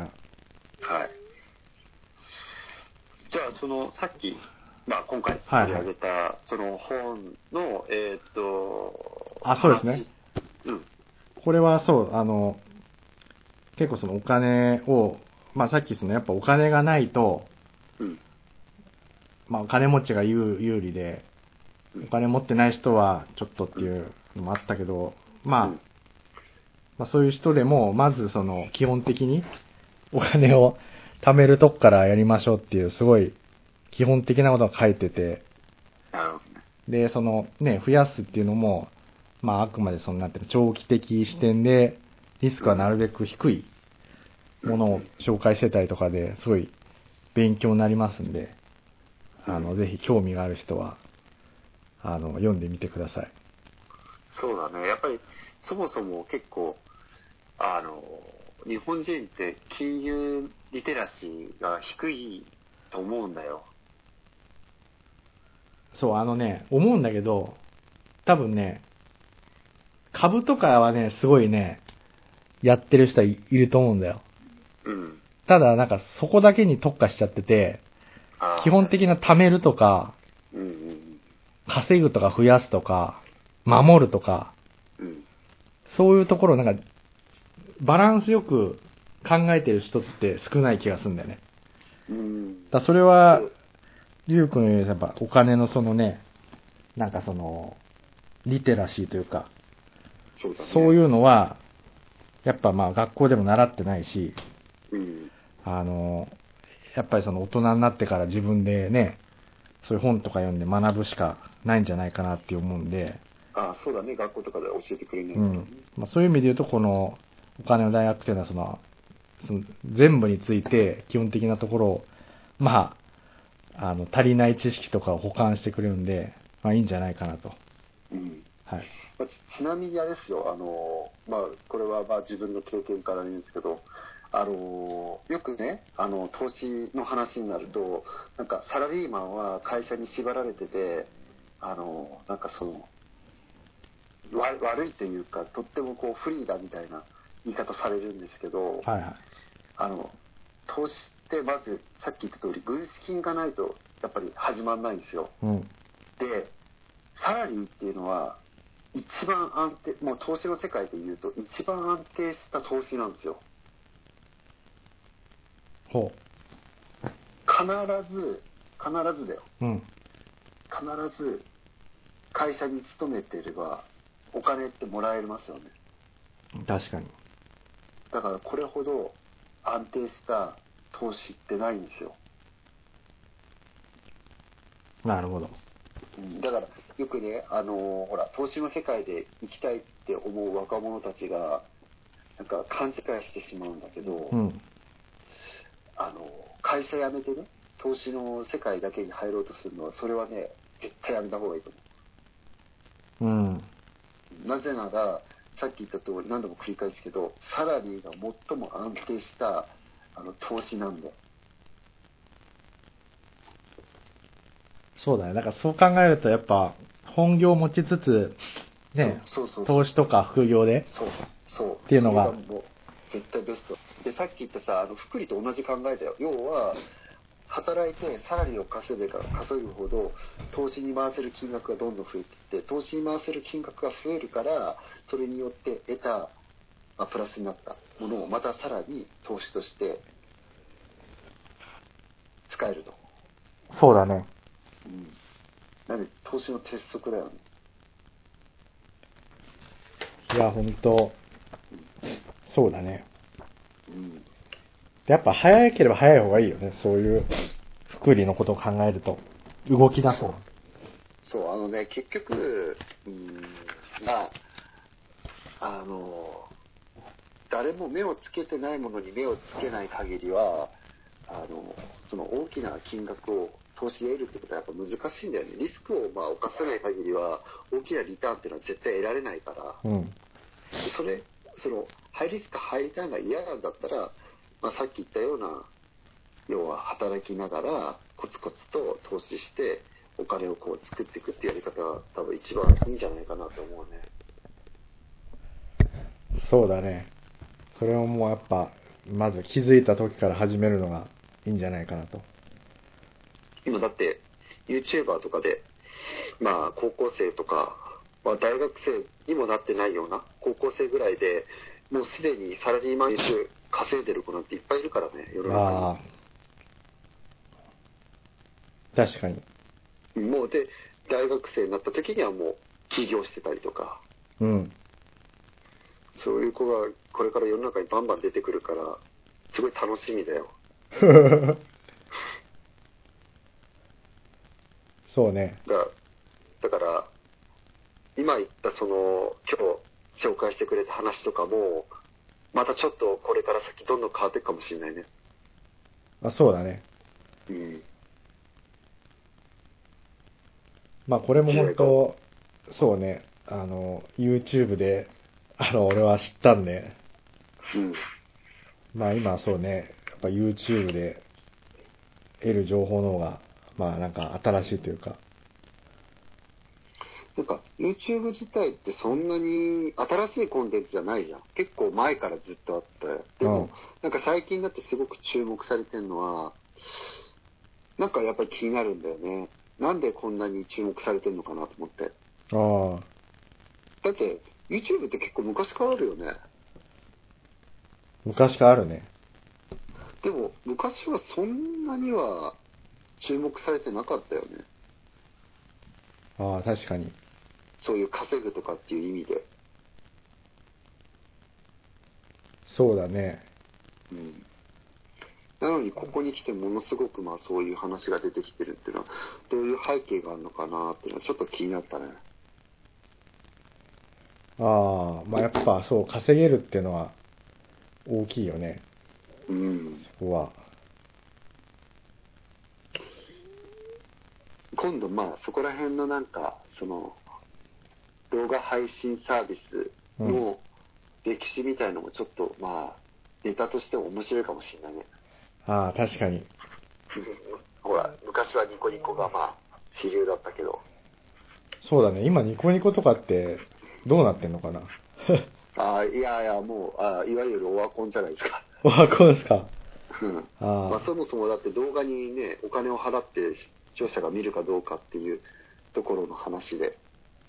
じゃあそのさっき、まあ今回取り上げた、はいはい、その本の、えっと、 あ、そうですね。 うん。 これはそう、あの、結構そのお金を、まあさっきそのやっぱお金がないと、 うん、 まあお金持ちが有有利で、お金持ってない人はちょっとっていうのもあったけど、まあ、うん、まあそういう人でも、まずその基本的にお金を貯めるとこからやりましょうっていうすごい基本的なことが書いてて、で、そのね、増やすっていうのも、まああくまでそのなんていうの、長期的視点でリスクはなるべく低いものを紹介してたりとかですごい勉強になりますんで、あの、ぜひ興味がある人は、あの、読んでみてください。 そうだね。やっぱりそもそも結構、あの、日本人って金融リテラシーが低いと思うんだよ。 そう、あのね、思うんだけど、多分ね、株とかはね、すごいね、やってる人はいると思うんだよ。 うん。 ただ、なんかそこだけに特化しちゃってて、基本的な貯めるとか、 うんうん、 稼ぐとか増やすとか、守るとか、 うん、そういうところなんか、バランスよく考えてる人って少ない気がするんだよね。 うん、 だそれは、リュウ君の言うやっぱお金のそのね、なんかその、リテラシーというか、 そうだね、 そういうのは、やっぱまあ学校でも習ってないし、 うん、 あの、やっぱりその大人になってから自分でね、そういう本とか読んで学ぶしかないんじゃないかなって思うんで。 ああ、そうだね、学校とかで教えてくれない、ね。 うん。まあ、そういう意味で言うと、このお金の大学っていうのはその、その全部について基本的なところを、まあ、あの、足りない知識とかを補完してくれるんで、まあいいんじゃないかなと。 うん。 はい。 まあ、ちなみにあれですよ、あの、まあ、これはまあ自分の経験から言うんですけど、あの、よくね、あの、投資の話になると、なんかサラリーマンは会社に縛られてて、あの、なんかその、悪いというか、とってもこうフリーだみたいな言い方されるんですけど、 はいはい。 あの、投資ってまずさっき言った通り、軍資金がないとやっぱり始まんないんですよ。 うん。 で、サラリーっていうのは、一番安定、もう投資の世界で言うと一番安定した投資なんですよ。 ほう。 必ず、必ずだよ。 うん。 必ず会社に勤めてればお金ってもらえますよね。 確かに。 だからこれほど安定した投資ってないんですよ。 なるほど。 だからよくね、あのー、ほら、投資の世界で行きたいって思う若者たちが、なんか勘違いしてしまうんだけど、 うん、 あのー、会社辞めてね、投資の世界だけに入ろうとするのは、それはね、絶対やめた方がいいと思う。うん。なぜなら、さっき言った通り何度も繰り返すけど、サラリーが最も安定したあの投資なんだよ。 そうだね。だからそう考えると、やっぱ、本業を持ちつつ、ね、そうそうそう投資とか副業で、 そう、そう。 っていうのが、 それがもう絶対ベスト。で、さっき言ったさ、あの、福利と同じ考えだよ。要は、働いてサラリーを稼げば稼ぐほど、投資に回せる金額がどんどん増えていって、投資に回せる金額が増えるから、それによって得た、まあ、プラスになったものをまたさらに投資として使えると。 そうだね。 うん。なんで、投資の鉄則だよね。 いや、ほんと、そうだね。 うん。 やっぱ早ければ早い方がいいよね。そういう福利のことを考えると。動き出そう。 そう、あのね、結局、うん、まあ、あの、誰も目をつけてないものに目をつけない限りは、 あの、その大きな金額を投資で得るってことはやっぱ難しいんだよね。リスクをまあ犯さない限りは大きなリターンっていうのは絶対得られないから、 うん。 でそれ、その、ハイリスク、ハイリターンが嫌なんだったら、まあさっき言ったような、要は働きながらコツコツと投資してお金をこう作っていくっていうやり方は多分一番いいんじゃないかなと思うね。 そうだね。それをもうやっぱ、まず気づいた時から始めるのがいいんじゃないかなと。 今だって YouTuber とかで、まあ高校生とか、まあ、大学生にもなってないような高校生ぐらいでもうすでにサラリーマン週稼いでる子なんていっぱいいるからね、世の中に。 ああ。確かに。 もうで、大学生になった時にはもう起業してたりとか。 うん。 そういう子がこれから世の中にバンバン出てくるから、すごい楽しみだよ。 そうね。 だだから、今言ったその、今日紹介してくれた話とかも、またちょっとこれから先どんどん変わっていくかもしれないね。 あ、そうだね。 うん。 まあこれも本当、そうね、あの、YouTube で、あの、俺は知ったんで、 うん。 まあ今そうね、やっぱ YouTube で得る情報の方が、まあなんか新しいというか。 なんか YouTube 自体ってそんなに新しいコンテンツじゃないじゃん。結構前からずっとあって。でも、 うん、なんか最近だってすごく注目されてるのは、なんかやっぱり気になるんだよね。なんでこんなに注目されてるのかなと思って。 ああ。 だって YouTube って結構昔からあるよね。 昔からあるね。 でも昔はそんなには注目されてなかったよね。 ああ、確かに。 そういう稼ぐとかっていう意味で。 そうだね。 うん。なのにここに来てものすごくまあそういう話が出てきてるっていうのはどういう背景があるのかなっていうのはちょっと気になったね。 ああ、まあやっぱそう、稼げるっていうのは大きいよね。 うん。 そこは。 今度まあそこら辺のなんかその動画配信サービスの歴史みたいのもちょっとまあネタとしても面白いかもしれないね。 ああ、確かに。 ほら、昔はニコニコがまあ主流だったけど。 そうだね。今ニコニコとかってどうなってんのかな。 ああ、いやいや、もう、あいわゆるオワコンじゃないですか。 オワコンですか。 うんあ、 まあ、そもそもだって動画にね、お金を払って視聴者が見るかどうかっていうところの話で。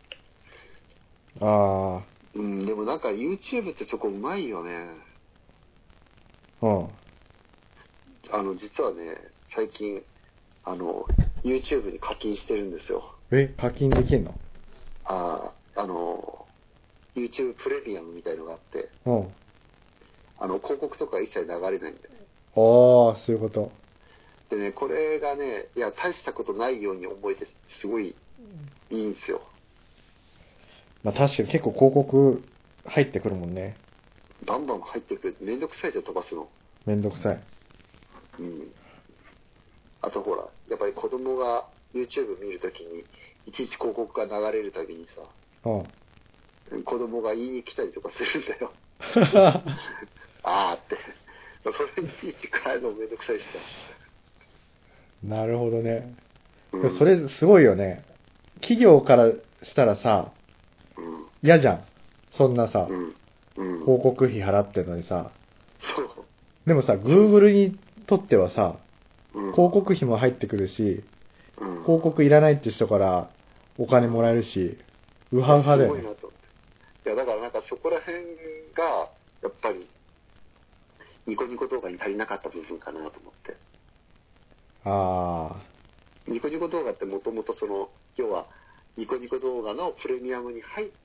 ああ。 うん、でもなんか YouTube ってそこうまいよね。 うん。 あの、実はね、最近、あの、YouTube に課金してるんですよ。 え、課金できんの？ ああ、あの、YouTube プレミアムみたいのがあって、 うん。 あの、広告とか一切流れないんで。 ああ、そういうこと。 でね、これがね、いや、大したことないように思えて、すごいいいんですよ。 まあ確かに結構広告入ってくるもんね。 バンバン入ってくる。めんどくさいじゃん、飛ばすの。 めんどくさい。 うん。あとほら、やっぱり子供が YouTube 見るときに、いちいち広告が流れるたびにさ、 うん。 子供が言いに来たりとかするんだよ。あーって。それにいちいち変えるのめんどくさいしさ。 なるほどね。 うん、 それすごいよね。企業からしたらさ、 うん、 嫌じゃん。そんなさ、 うんうん、 広告費払ってるのにさ。 そう。 でもさ、Google にとってはさ、 うん、 広告費も入ってくるし、 うん、 広告いらないって人からお金もらえるし、ウハウハだよね。 すごいなと思って。いや、だからなんかそこら辺が、やっぱり、ニコニコ動画に足りなかった部分かなと思って。 ああ。 ニコニコ動画ってもともとその、要は、ニコニコ動画のプレミアムに入って、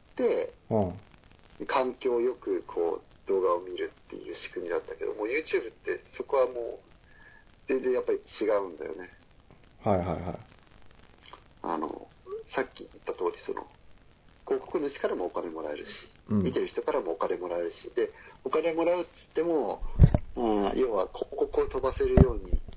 うん。 環境よくこう動画を見るっていう仕組みだったけど、もう YouTube ってそこはもう全然やっぱり違うんだよね。 はいはいはい。 あの、さっき言った通りその、広告主からもお金もらえるし、 うん、 見てる人からもお金もらえるし、で、お金もらうっつっても、うん、要は広告を飛ばせるように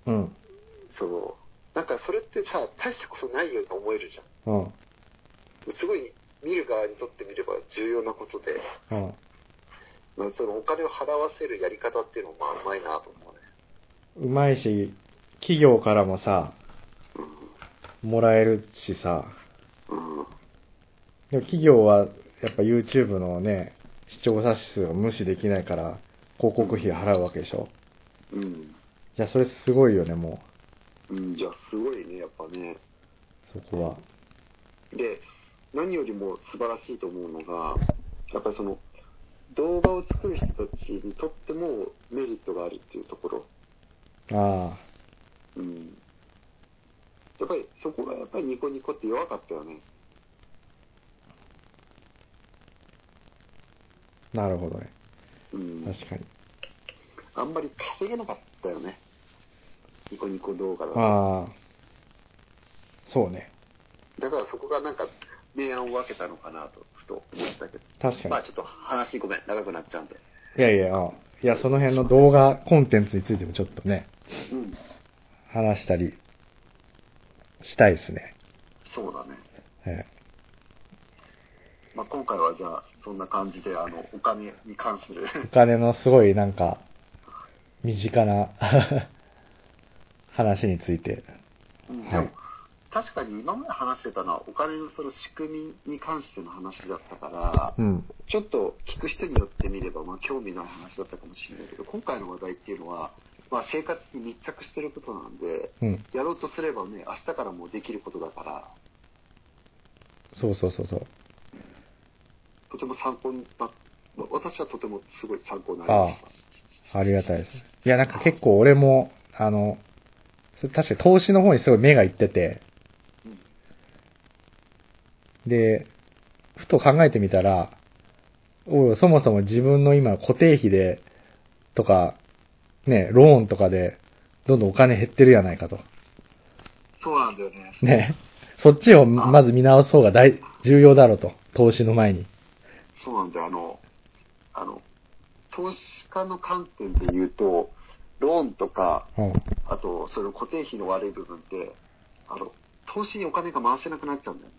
うん。 その、なんかそれってさ、大したことないように思えるじゃん。 うん。 すごい見る側にとってみれば重要なことで、 うん。 まあ、そのお金を払わせるやり方っていうのもまあうまいなと思うね。 うまいし、企業からもさ、 うん、 もらえるしさ、 うん、 でも企業はやっぱ YouTube のね、視聴者数を無視できないから広告費払うわけでしょ。 うん。 いや、それすごいよね、もうん、じゃあすごいね、やっぱね。 う。そこは。 で、何よりも素晴らしいと思うのが、やっぱりその、動画を作る人たちにとってもメリットがあるっていうところ。 ああ。 うん。やっぱりそこがやっぱりニコニコって弱かったよね。 なるほどね。 うん。 確かに。 あんまり稼げなかったよね。ニコニコ動画だと。 ああ。そうね。 だからそこがなんか明暗を分けたのかなと、ふと思ったけど。 確かに。 まあちょっと話ごめん、長くなっちゃうんで。 いやいや、あいや、その辺の動画コンテンツについてもちょっとね、 うん。 話したりしたいですね。 そうだね。 えまあ今回はじゃあそんな感じであのお金に関するお金のすごいなんか身近な話について、 うん、 はい、 でも確かに今まで話してたのはお金のその仕組みに関しての話だったから、 うん、 ちょっと聞く人によってみればまあ興味のある話だったかもしれないけど、今回の話題っていうのは、まあ、生活に密着してることなんで、 うん、 やろうとすればね明日からもうできることだから、 そうそうそうそう、 とても参考にな、私はとてもすごい参考になりました。 ああ、ありがたいです。いやなんか結構俺もあの確かに投資の方にすごい目がいってて、で、ふと考えてみたら、おいそもそも自分の今固定費で、とか、ね、ローンとかで、どんどんお金減ってるやないかと。 そうなんだよね。 ね。そっちをまず見直す方が大、重要だろうと。投資の前に。 そうなんだよ。あの、あの、投資家の観点で言うと、ローンとか、 うん、 あと、その固定費の悪い部分って、あの、投資にお金が回せなくなっちゃうんだよね。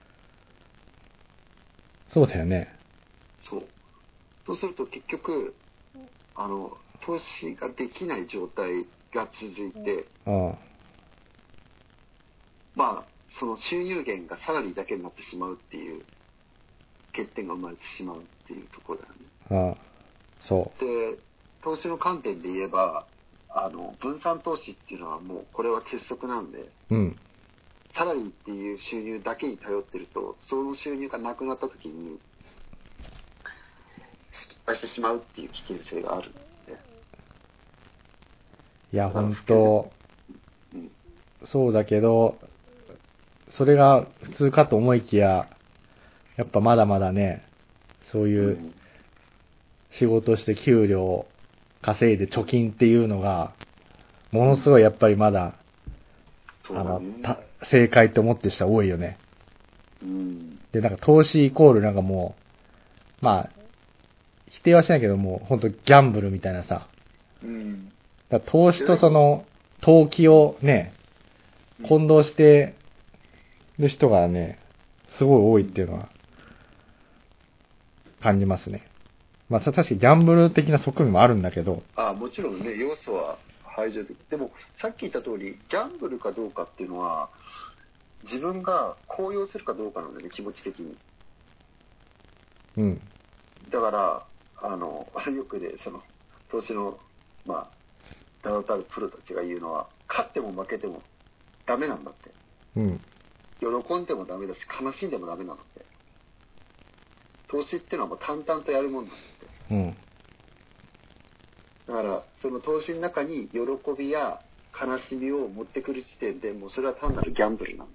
そうだよね。 そう。そうすると結局、あの、投資ができない状態が続いて、 うん、 まあ、その収入源がサラリーだけになってしまうっていう欠点が生まれてしまうっていうところだよね。 うん、そう。 で、投資の観点で言えば、あの、分散投資っていうのはもうこれは鉄則なんで、 うん。 サラリーっていう収入だけに頼ってると、その収入がなくなった時に、失敗してしまうっていう危険性があるんで。 いや、ほんと、 うん、 そうだけど、それが普通かと思いきや、やっぱまだまだね、そういう仕事して給料を稼いで貯金っていうのが、ものすごいやっぱりまだ、 そうだね、 あの、た正解って思ってる人は多いよね。 うん。 で、なんか投資イコールなんかもう、まあ、否定はしないけども、ほんとギャンブルみたいなさ。 うん。 だから投資とその、投機をね、混同してる人がね、すごい多いっていうのは、感じますね。まあ、確かにギャンブル的な側面もあるんだけど。 ああ、もちろんね、要素は排除できる。でも、さっき言った通り、ギャンブルかどうかっていうのは、自分が高揚するかどうかなんだよね、気持ち的に。 うん。 だから、あの、よくね、その、投資の、まあ、名だたるプロたちが言うのは、勝っても負けてもダメなんだって。 うん。 喜んでもダメだし、悲しんでもダメなんだって。投資っていうのはもう淡々とやるもんなんだって。 うん。 だから、その投資の中に喜びや悲しみを持ってくる時点で、もうそれは単なるギャンブルなんだって。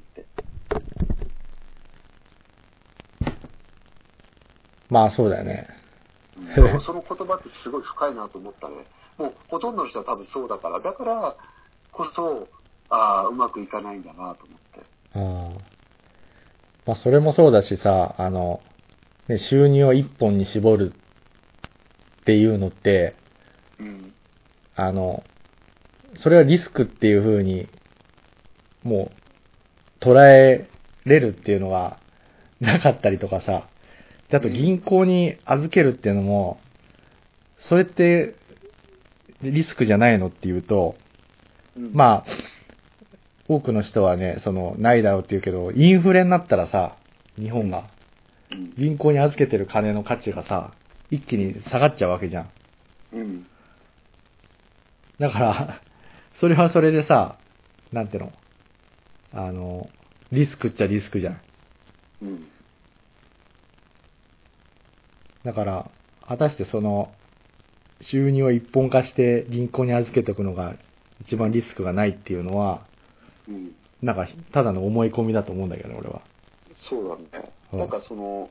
まあそうだよね。 うん、その言葉ってすごい深いなと思ったね。もうほとんどの人は多分そうだから、だからこそ、ああ、うまくいかないんだなと思って。 ああ。まあそれもそうだしさ、あの、ね、収入を一本に絞るっていうのって、 うん、 あの、 それはリスクっていう風に、もう、捉えれるっていうのがなかったりとかさ、であと銀行に預けるっていうのも、それってリスクじゃないのっていうと、 うん、 まあ、多くの人はね、その、ないだろうって言うけど、インフレになったらさ、日本が、銀行に預けてる金の価値がさ、一気に下がっちゃうわけじゃん。 うん。 だから、それはそれでさ、なんていうの、あの、リスクっちゃリスクじゃん。 うん。 だから、果たしてその、収入を一本化して銀行に預けておくのが一番リスクがないっていうのは、 うん。 なんか、ただの思い込みだと思うんだけどね、俺は。 そうだね。 うんなんかその、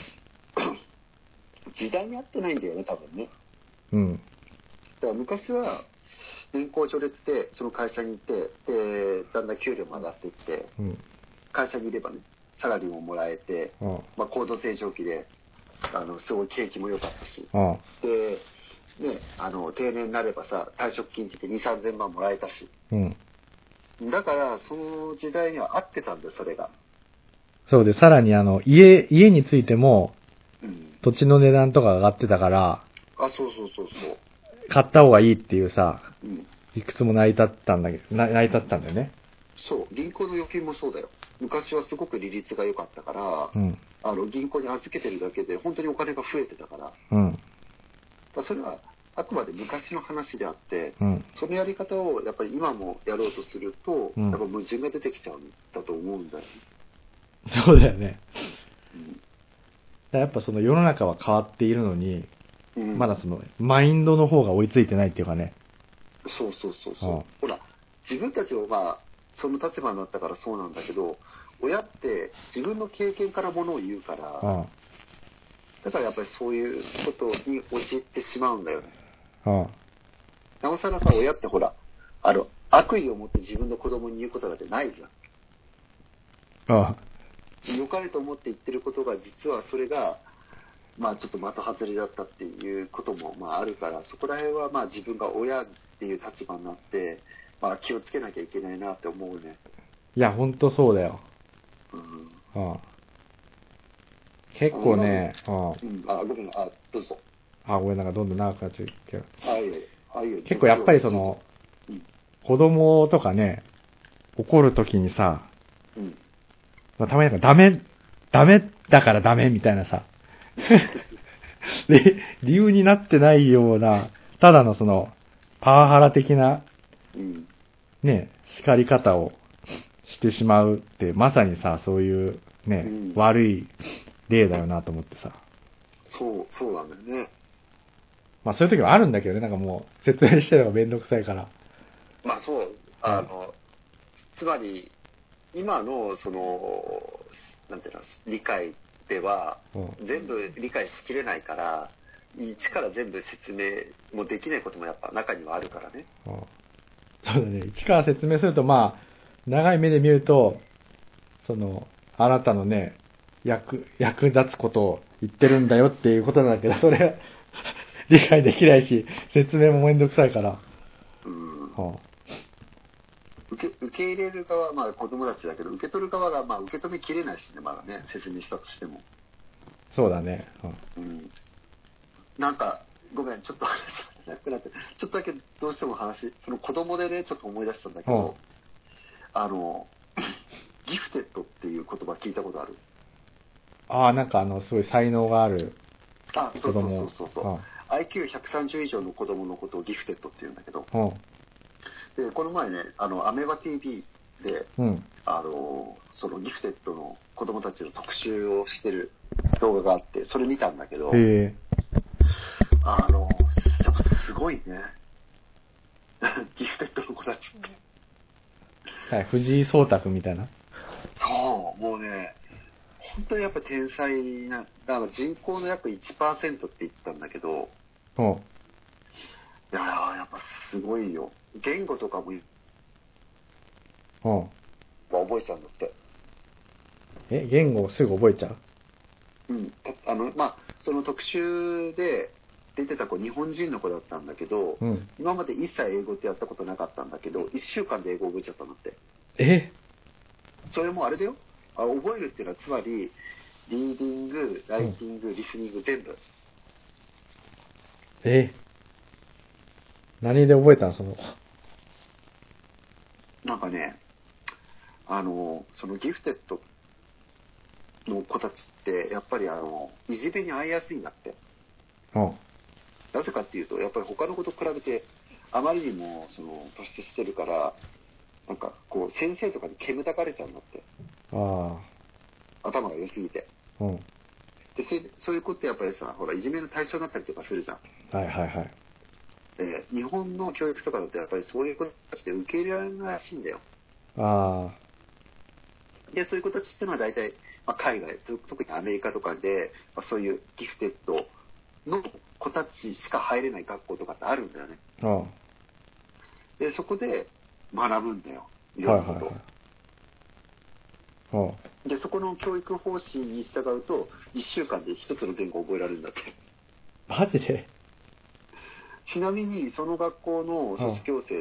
時代に合ってないんだよね、多分ね。 うん。 だから昔は、年功序列でその会社に行って、で、だんだん給料も上がっていって、 うん。 会社にいればね、サラリーももらえて、 うん。 まあ、高度成長期で、あの、すごい景気も良かったし、 うん。 で、ね、あの、定年になればさ、退職金ってに、さんぜんまんもらえたし、 うん。 だから、その時代には合ってたんだよ、それが。 そうで、さらにあの、家、家についても、 うん。 土地の値段とか上がってたから、 あ、そうそうそうそう。 買った方がいいっていうさ、 うん。 理屈も成り立ったんだけど、な成り立ったんだよね。 そう、銀行の預金もそうだよ。昔はすごく利率が良かったから、 うん。 あの、銀行に預けてるだけで本当にお金が増えてたから、 うん。 まあ、それはあくまで昔の話であって、 うん。 そのやり方をやっぱり今もやろうとすると、 うんやっぱ矛盾が出てきちゃうんだと思うんだよね。 そうだよね。 うんだからやっぱその世の中は変わっているのに、 うん、 まだその、マインドの方が追いついてないっていうかね。 そうそうそうそう、 うんほら自分たちもまあその立場になったからそうなんだけど、親って自分の経験からものを言うから、 うん。 だからやっぱりそういうことに陥ってしまうんだよね。 うん。 なおさらさ、親ってほら、あの、悪意を持って自分の子供に言うことなんてないじゃん。 うん。 良かれと思って言ってることが、実はそれが、まあちょっと的外れだったっていうこともまああるから、そこら辺はまあ自分が親っていう立場になって、まあ気をつけなきゃいけないなって思うね。 いや、ほんとそうだよ。 うん。 うん。結構ね、うん。 うん。あ、ごめん、あ、どうぞ。 あ、ごめん、なんかどんどん長くなっちゃうけど。 あ、いいよ。あ、いいよ。 結構やっぱりその、 うん。 子供とかね、怒るときにさ、 うん。 まあ、たまになんかダメ、ダメだからダメみたいなさ、で、理由になってないような、ただのその、パワハラ的な、 うん。 ね、叱り方をしてしまうって、まさにさ、そういうね、 うん悪い例だよなと思ってさ。 そう、そうなんだよね。 まあそういう時もあるんだけどね、なんかもう、説明してるのがめんどくさいから。 まあそう、あの、つまり、今の、その、なんていうの、理解では、 うん全部理解しきれないから、一から全部説明もできないこともやっぱ中にはあるからね。 うんそうだね。一から説明すると、まあ、長い目で見ると、その、あなたのね、役、役立つことを言ってるんだよっていうことなんだけど、それは理解できないし、説明もめんどくさいから。 うんは受け、受け入れる側はまあ子供たちだけど、受け取る側がまあ受け止めきれないしね、まだね、説明したとしても。 あそうだね。うんうん。なんか、ごめん、ちょっと話なくなって、ちょっとだけどうしても話、その子供でね、ちょっと思い出したんだけど、あの、ギフテッドっていう言葉聞いたことある？ ああ、なんかあの、すごい才能があるあ、そうそう子供。 そうそうそう。アイキューひゃくさんじゅう 以上の子供のことをギフテッドって言うんだけど、 うん。 で、この前ね、あの、アメバ ティーブイ で、 うん。うん。 あの、そのギフテッドの子供たちの特集をしてる動画があって、それ見たんだけど、 へえ。 あの、やっぱすごいね。ギフテッドの子たちって。 はい、藤井聡太くんみたいな。 そう、もうね、本当にやっぱ天才な、だから人口の約 いちパーセント って言ったんだけど、 うん。 いやー、やっぱすごいよ。言語とかもうん。 覚えちゃうんだって。 え、言語をすぐ覚えちゃう？ うん。たあの、まあ、その特集で、 出てた子日本人の子だったんだけど、 うん。 今まで一切英語ってやったことなかったんだけど、いっしゅうかんで英語覚えちゃったんだって。 えそれもあれだよ。あ、覚えるっていうのはつまり、リーディング、ライティング、うん、リスニング全部。 え何で覚えたのその子。 なんかね、あの、そのギフテッドの子たちって、やっぱりあの、いじめに遭いやすいんだって。 うん。 なぜかっていうと、やっぱり他の子と比べて、あまりにも、その、突出してるから、なんか、こう、先生とかに煙たかれちゃうんだって。 ああ。頭が良すぎて。 うん。 で、そそういう子ってやっぱりさ、ほら、いじめの対象になったりとかするじゃん。 はいはいはい。 で、日本の教育とかだとやっぱりそういう子たちで受け入れられないらしいんだよ。 ああ。 で、そういう子たちっていうのは大体、まあ、海外、特にアメリカとかで、まあ、そういうギフテッドの子たちしか入れない学校とかってあるんだよね。 ああ。 で、そこで学ぶんだよ。いろんなこと。 はいはいはい。ああ。 で、そこの教育方針に従うと、いっしゅうかんで一つの言語を覚えられるんだって。 マジで？ ちなみに、その学校の卒業生って、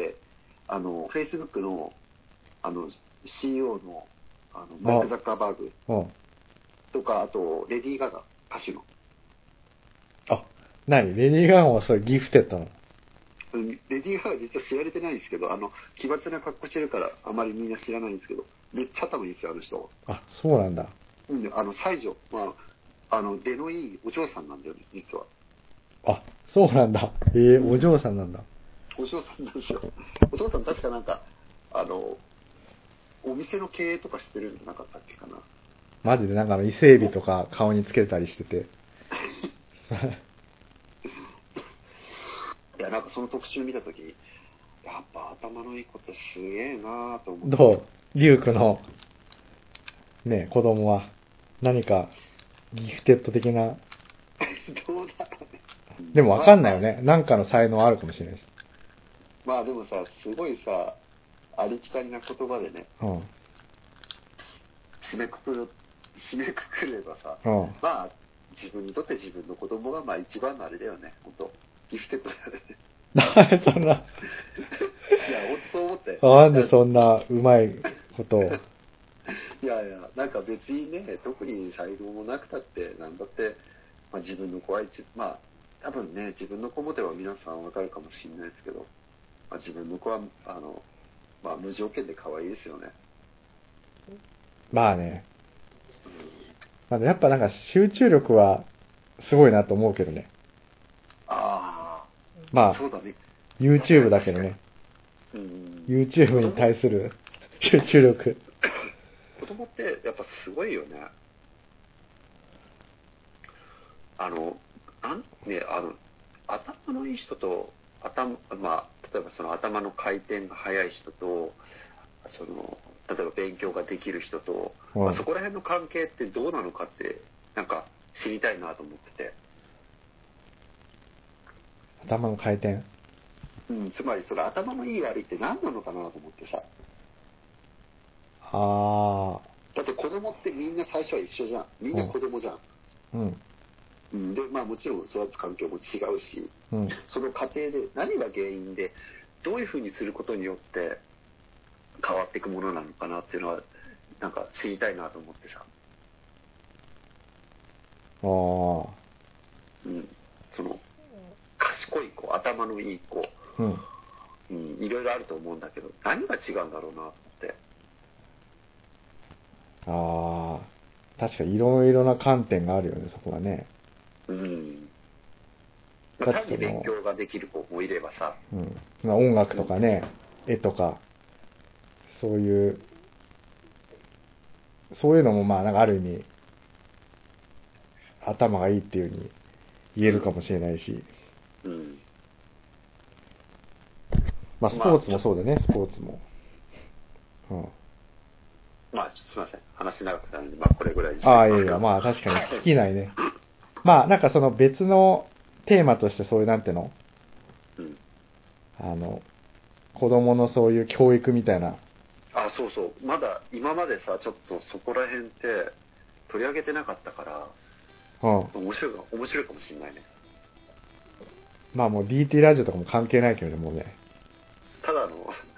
あの、Facebook の、あの、シーイーオー の、あの、マイク・ザッカーバーグとか、あと、レディー・ガガ、歌手の。 あ、何レディー・ガガはそれギフテッドなの？ レディー・ガガ実は知られてないんですけど、あの、奇抜な格好してるから、あまりみんな知らないんですけど、めっちゃ頭いいんですよ、あの人。 あ、そうなんだ。 うん、あの、西条、まあ、あの、出のいいお嬢さんなんだよね、実は。 あ、そうなんだ。ええー、お嬢さんなんだ。 お嬢さんなんですよ。お父さん確かなんか、あの、お店の経営とかしてるんじゃなかったっけかな。 マジでなんか伊勢海老とか顔につけたりしてて。 いや、なんかその特集見たとき、やっぱ頭のいい子ってすげえなぁと思って。 どうリュウクの、ね、子供は何かギフテッド的な。 どうだろうね。 でもわかんないよね。なんかの才能あるかもしれないし。 まあでもさ、すごいさ、ありきたりな言葉でね、 うん。 締めくくる、締めくくればさ、 うん。 まあ、自分にとって自分の子供がまあ一番のあれだよね、ほんと。ギフテッドだよね。 なんでそんな。 いや、ほんとそう思って。 なんでそんなうまいことを。 いやいや、なんか別にね、特に才能もなくたって、なんだって、まあ、自分の子は一、まあ、多分ね、自分の子もでは皆さんわかるかもしれないですけど、まあ、自分の子は、あの、まあ、無条件で可愛いですよね。 まあね。 うん、 まあ、やっぱなんか集中力はすごいなと思うけどね。 ああ、 まあ、 そうだね。 YouTube だけどね。 うん、 YouTube に対する集中力。 子供ってやっぱすごいよね。あの、なんね、あの、頭のいい人と、頭、まあ、例えばその頭の回転が速い人と、その、例えば勉強ができる人と、 うん、 まあ、そこら辺の関係ってどうなのかって、なんか知りたいなと思ってて。 頭の回転。 うん、つまりそれ頭のいい悪いって何なのかなと思ってさ。 ああ。 だって子供ってみんな最初は一緒じゃん。みんな子供じゃん。 うん。 うん、で、まあもちろん育つ環境も違うし、 うん、 その過程で何が原因で、どういうふうにすることによって変わっていくものなのかなっていうのは、なんか知りたいなと思ってさ。 ああ。 うん。その、賢い子、頭のいい子、 うん。 うん、いろいろあると思うんだけど、何が違うんだろうなと思って。 ああ。確かにいろいろな観点があるよね、そこはね。 うん。まあ、単に勉強ができる子もいればさ。 うん。まあ、音楽とかね、うん、絵とか、そういう、そういうのもまあ、なんかある意味、頭がいいっていう風に言えるかもしれないし。 うん。 まあ、スポーツもそうだね、まあ、スポーツも。うん。 まあ、すいません。話長くなるんで、まあ、これぐらいにしてああ、いやいや、まあ、確かに尽きないね。まあ、なんかその別のテーマとしてそういうなんていうの、 うん、 あの、子供のそういう教育みたいな。 あ、そうそう。まだ、今までさ、ちょっとそこら辺って取り上げてなかったから、 うん。 面白いか、面白いかもしれないね。 まあもう ディーティー ラジオとかも関係ないけどね、もうね。 ただの、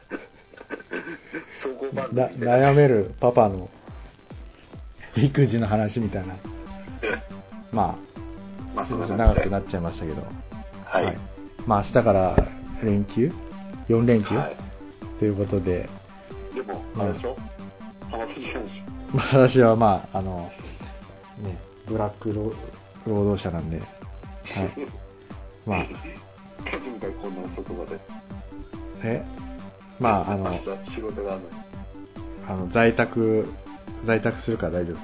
総合番組な悩めるパパの育児の話みたいな。まあ、 まあ、そんな長感じで。 くなっちゃいましたけど。 はい。 はいまあ明日から連休 ?よん 連休、 はい。 ということで、 でも、あれでしょ浜辺時間でしょまあ私はまあ、あの、ね、ブラック労労働者なんで、はい。まあ、 家事みたいこんな遅くまで。 えまあ、あの、 明日仕事があるのに。 あの在宅、在宅するから大丈夫です。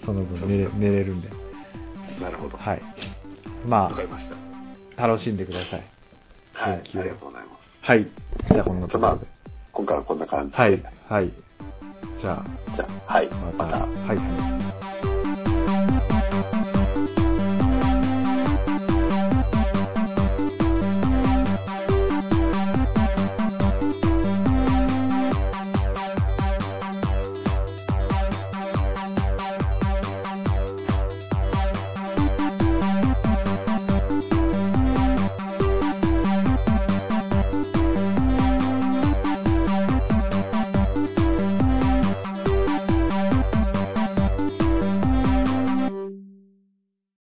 その分寝れ寝れるんで。 なるほど。 はい。まわかりました。 あ、楽しんでください。 はい。あ連休りがとうございます。 はい。じゃあこんなとこまあろで。、 今回はこんな感じで。 はい。はい。じゃあ、 じゃあ、はい。 また。 また。 はい。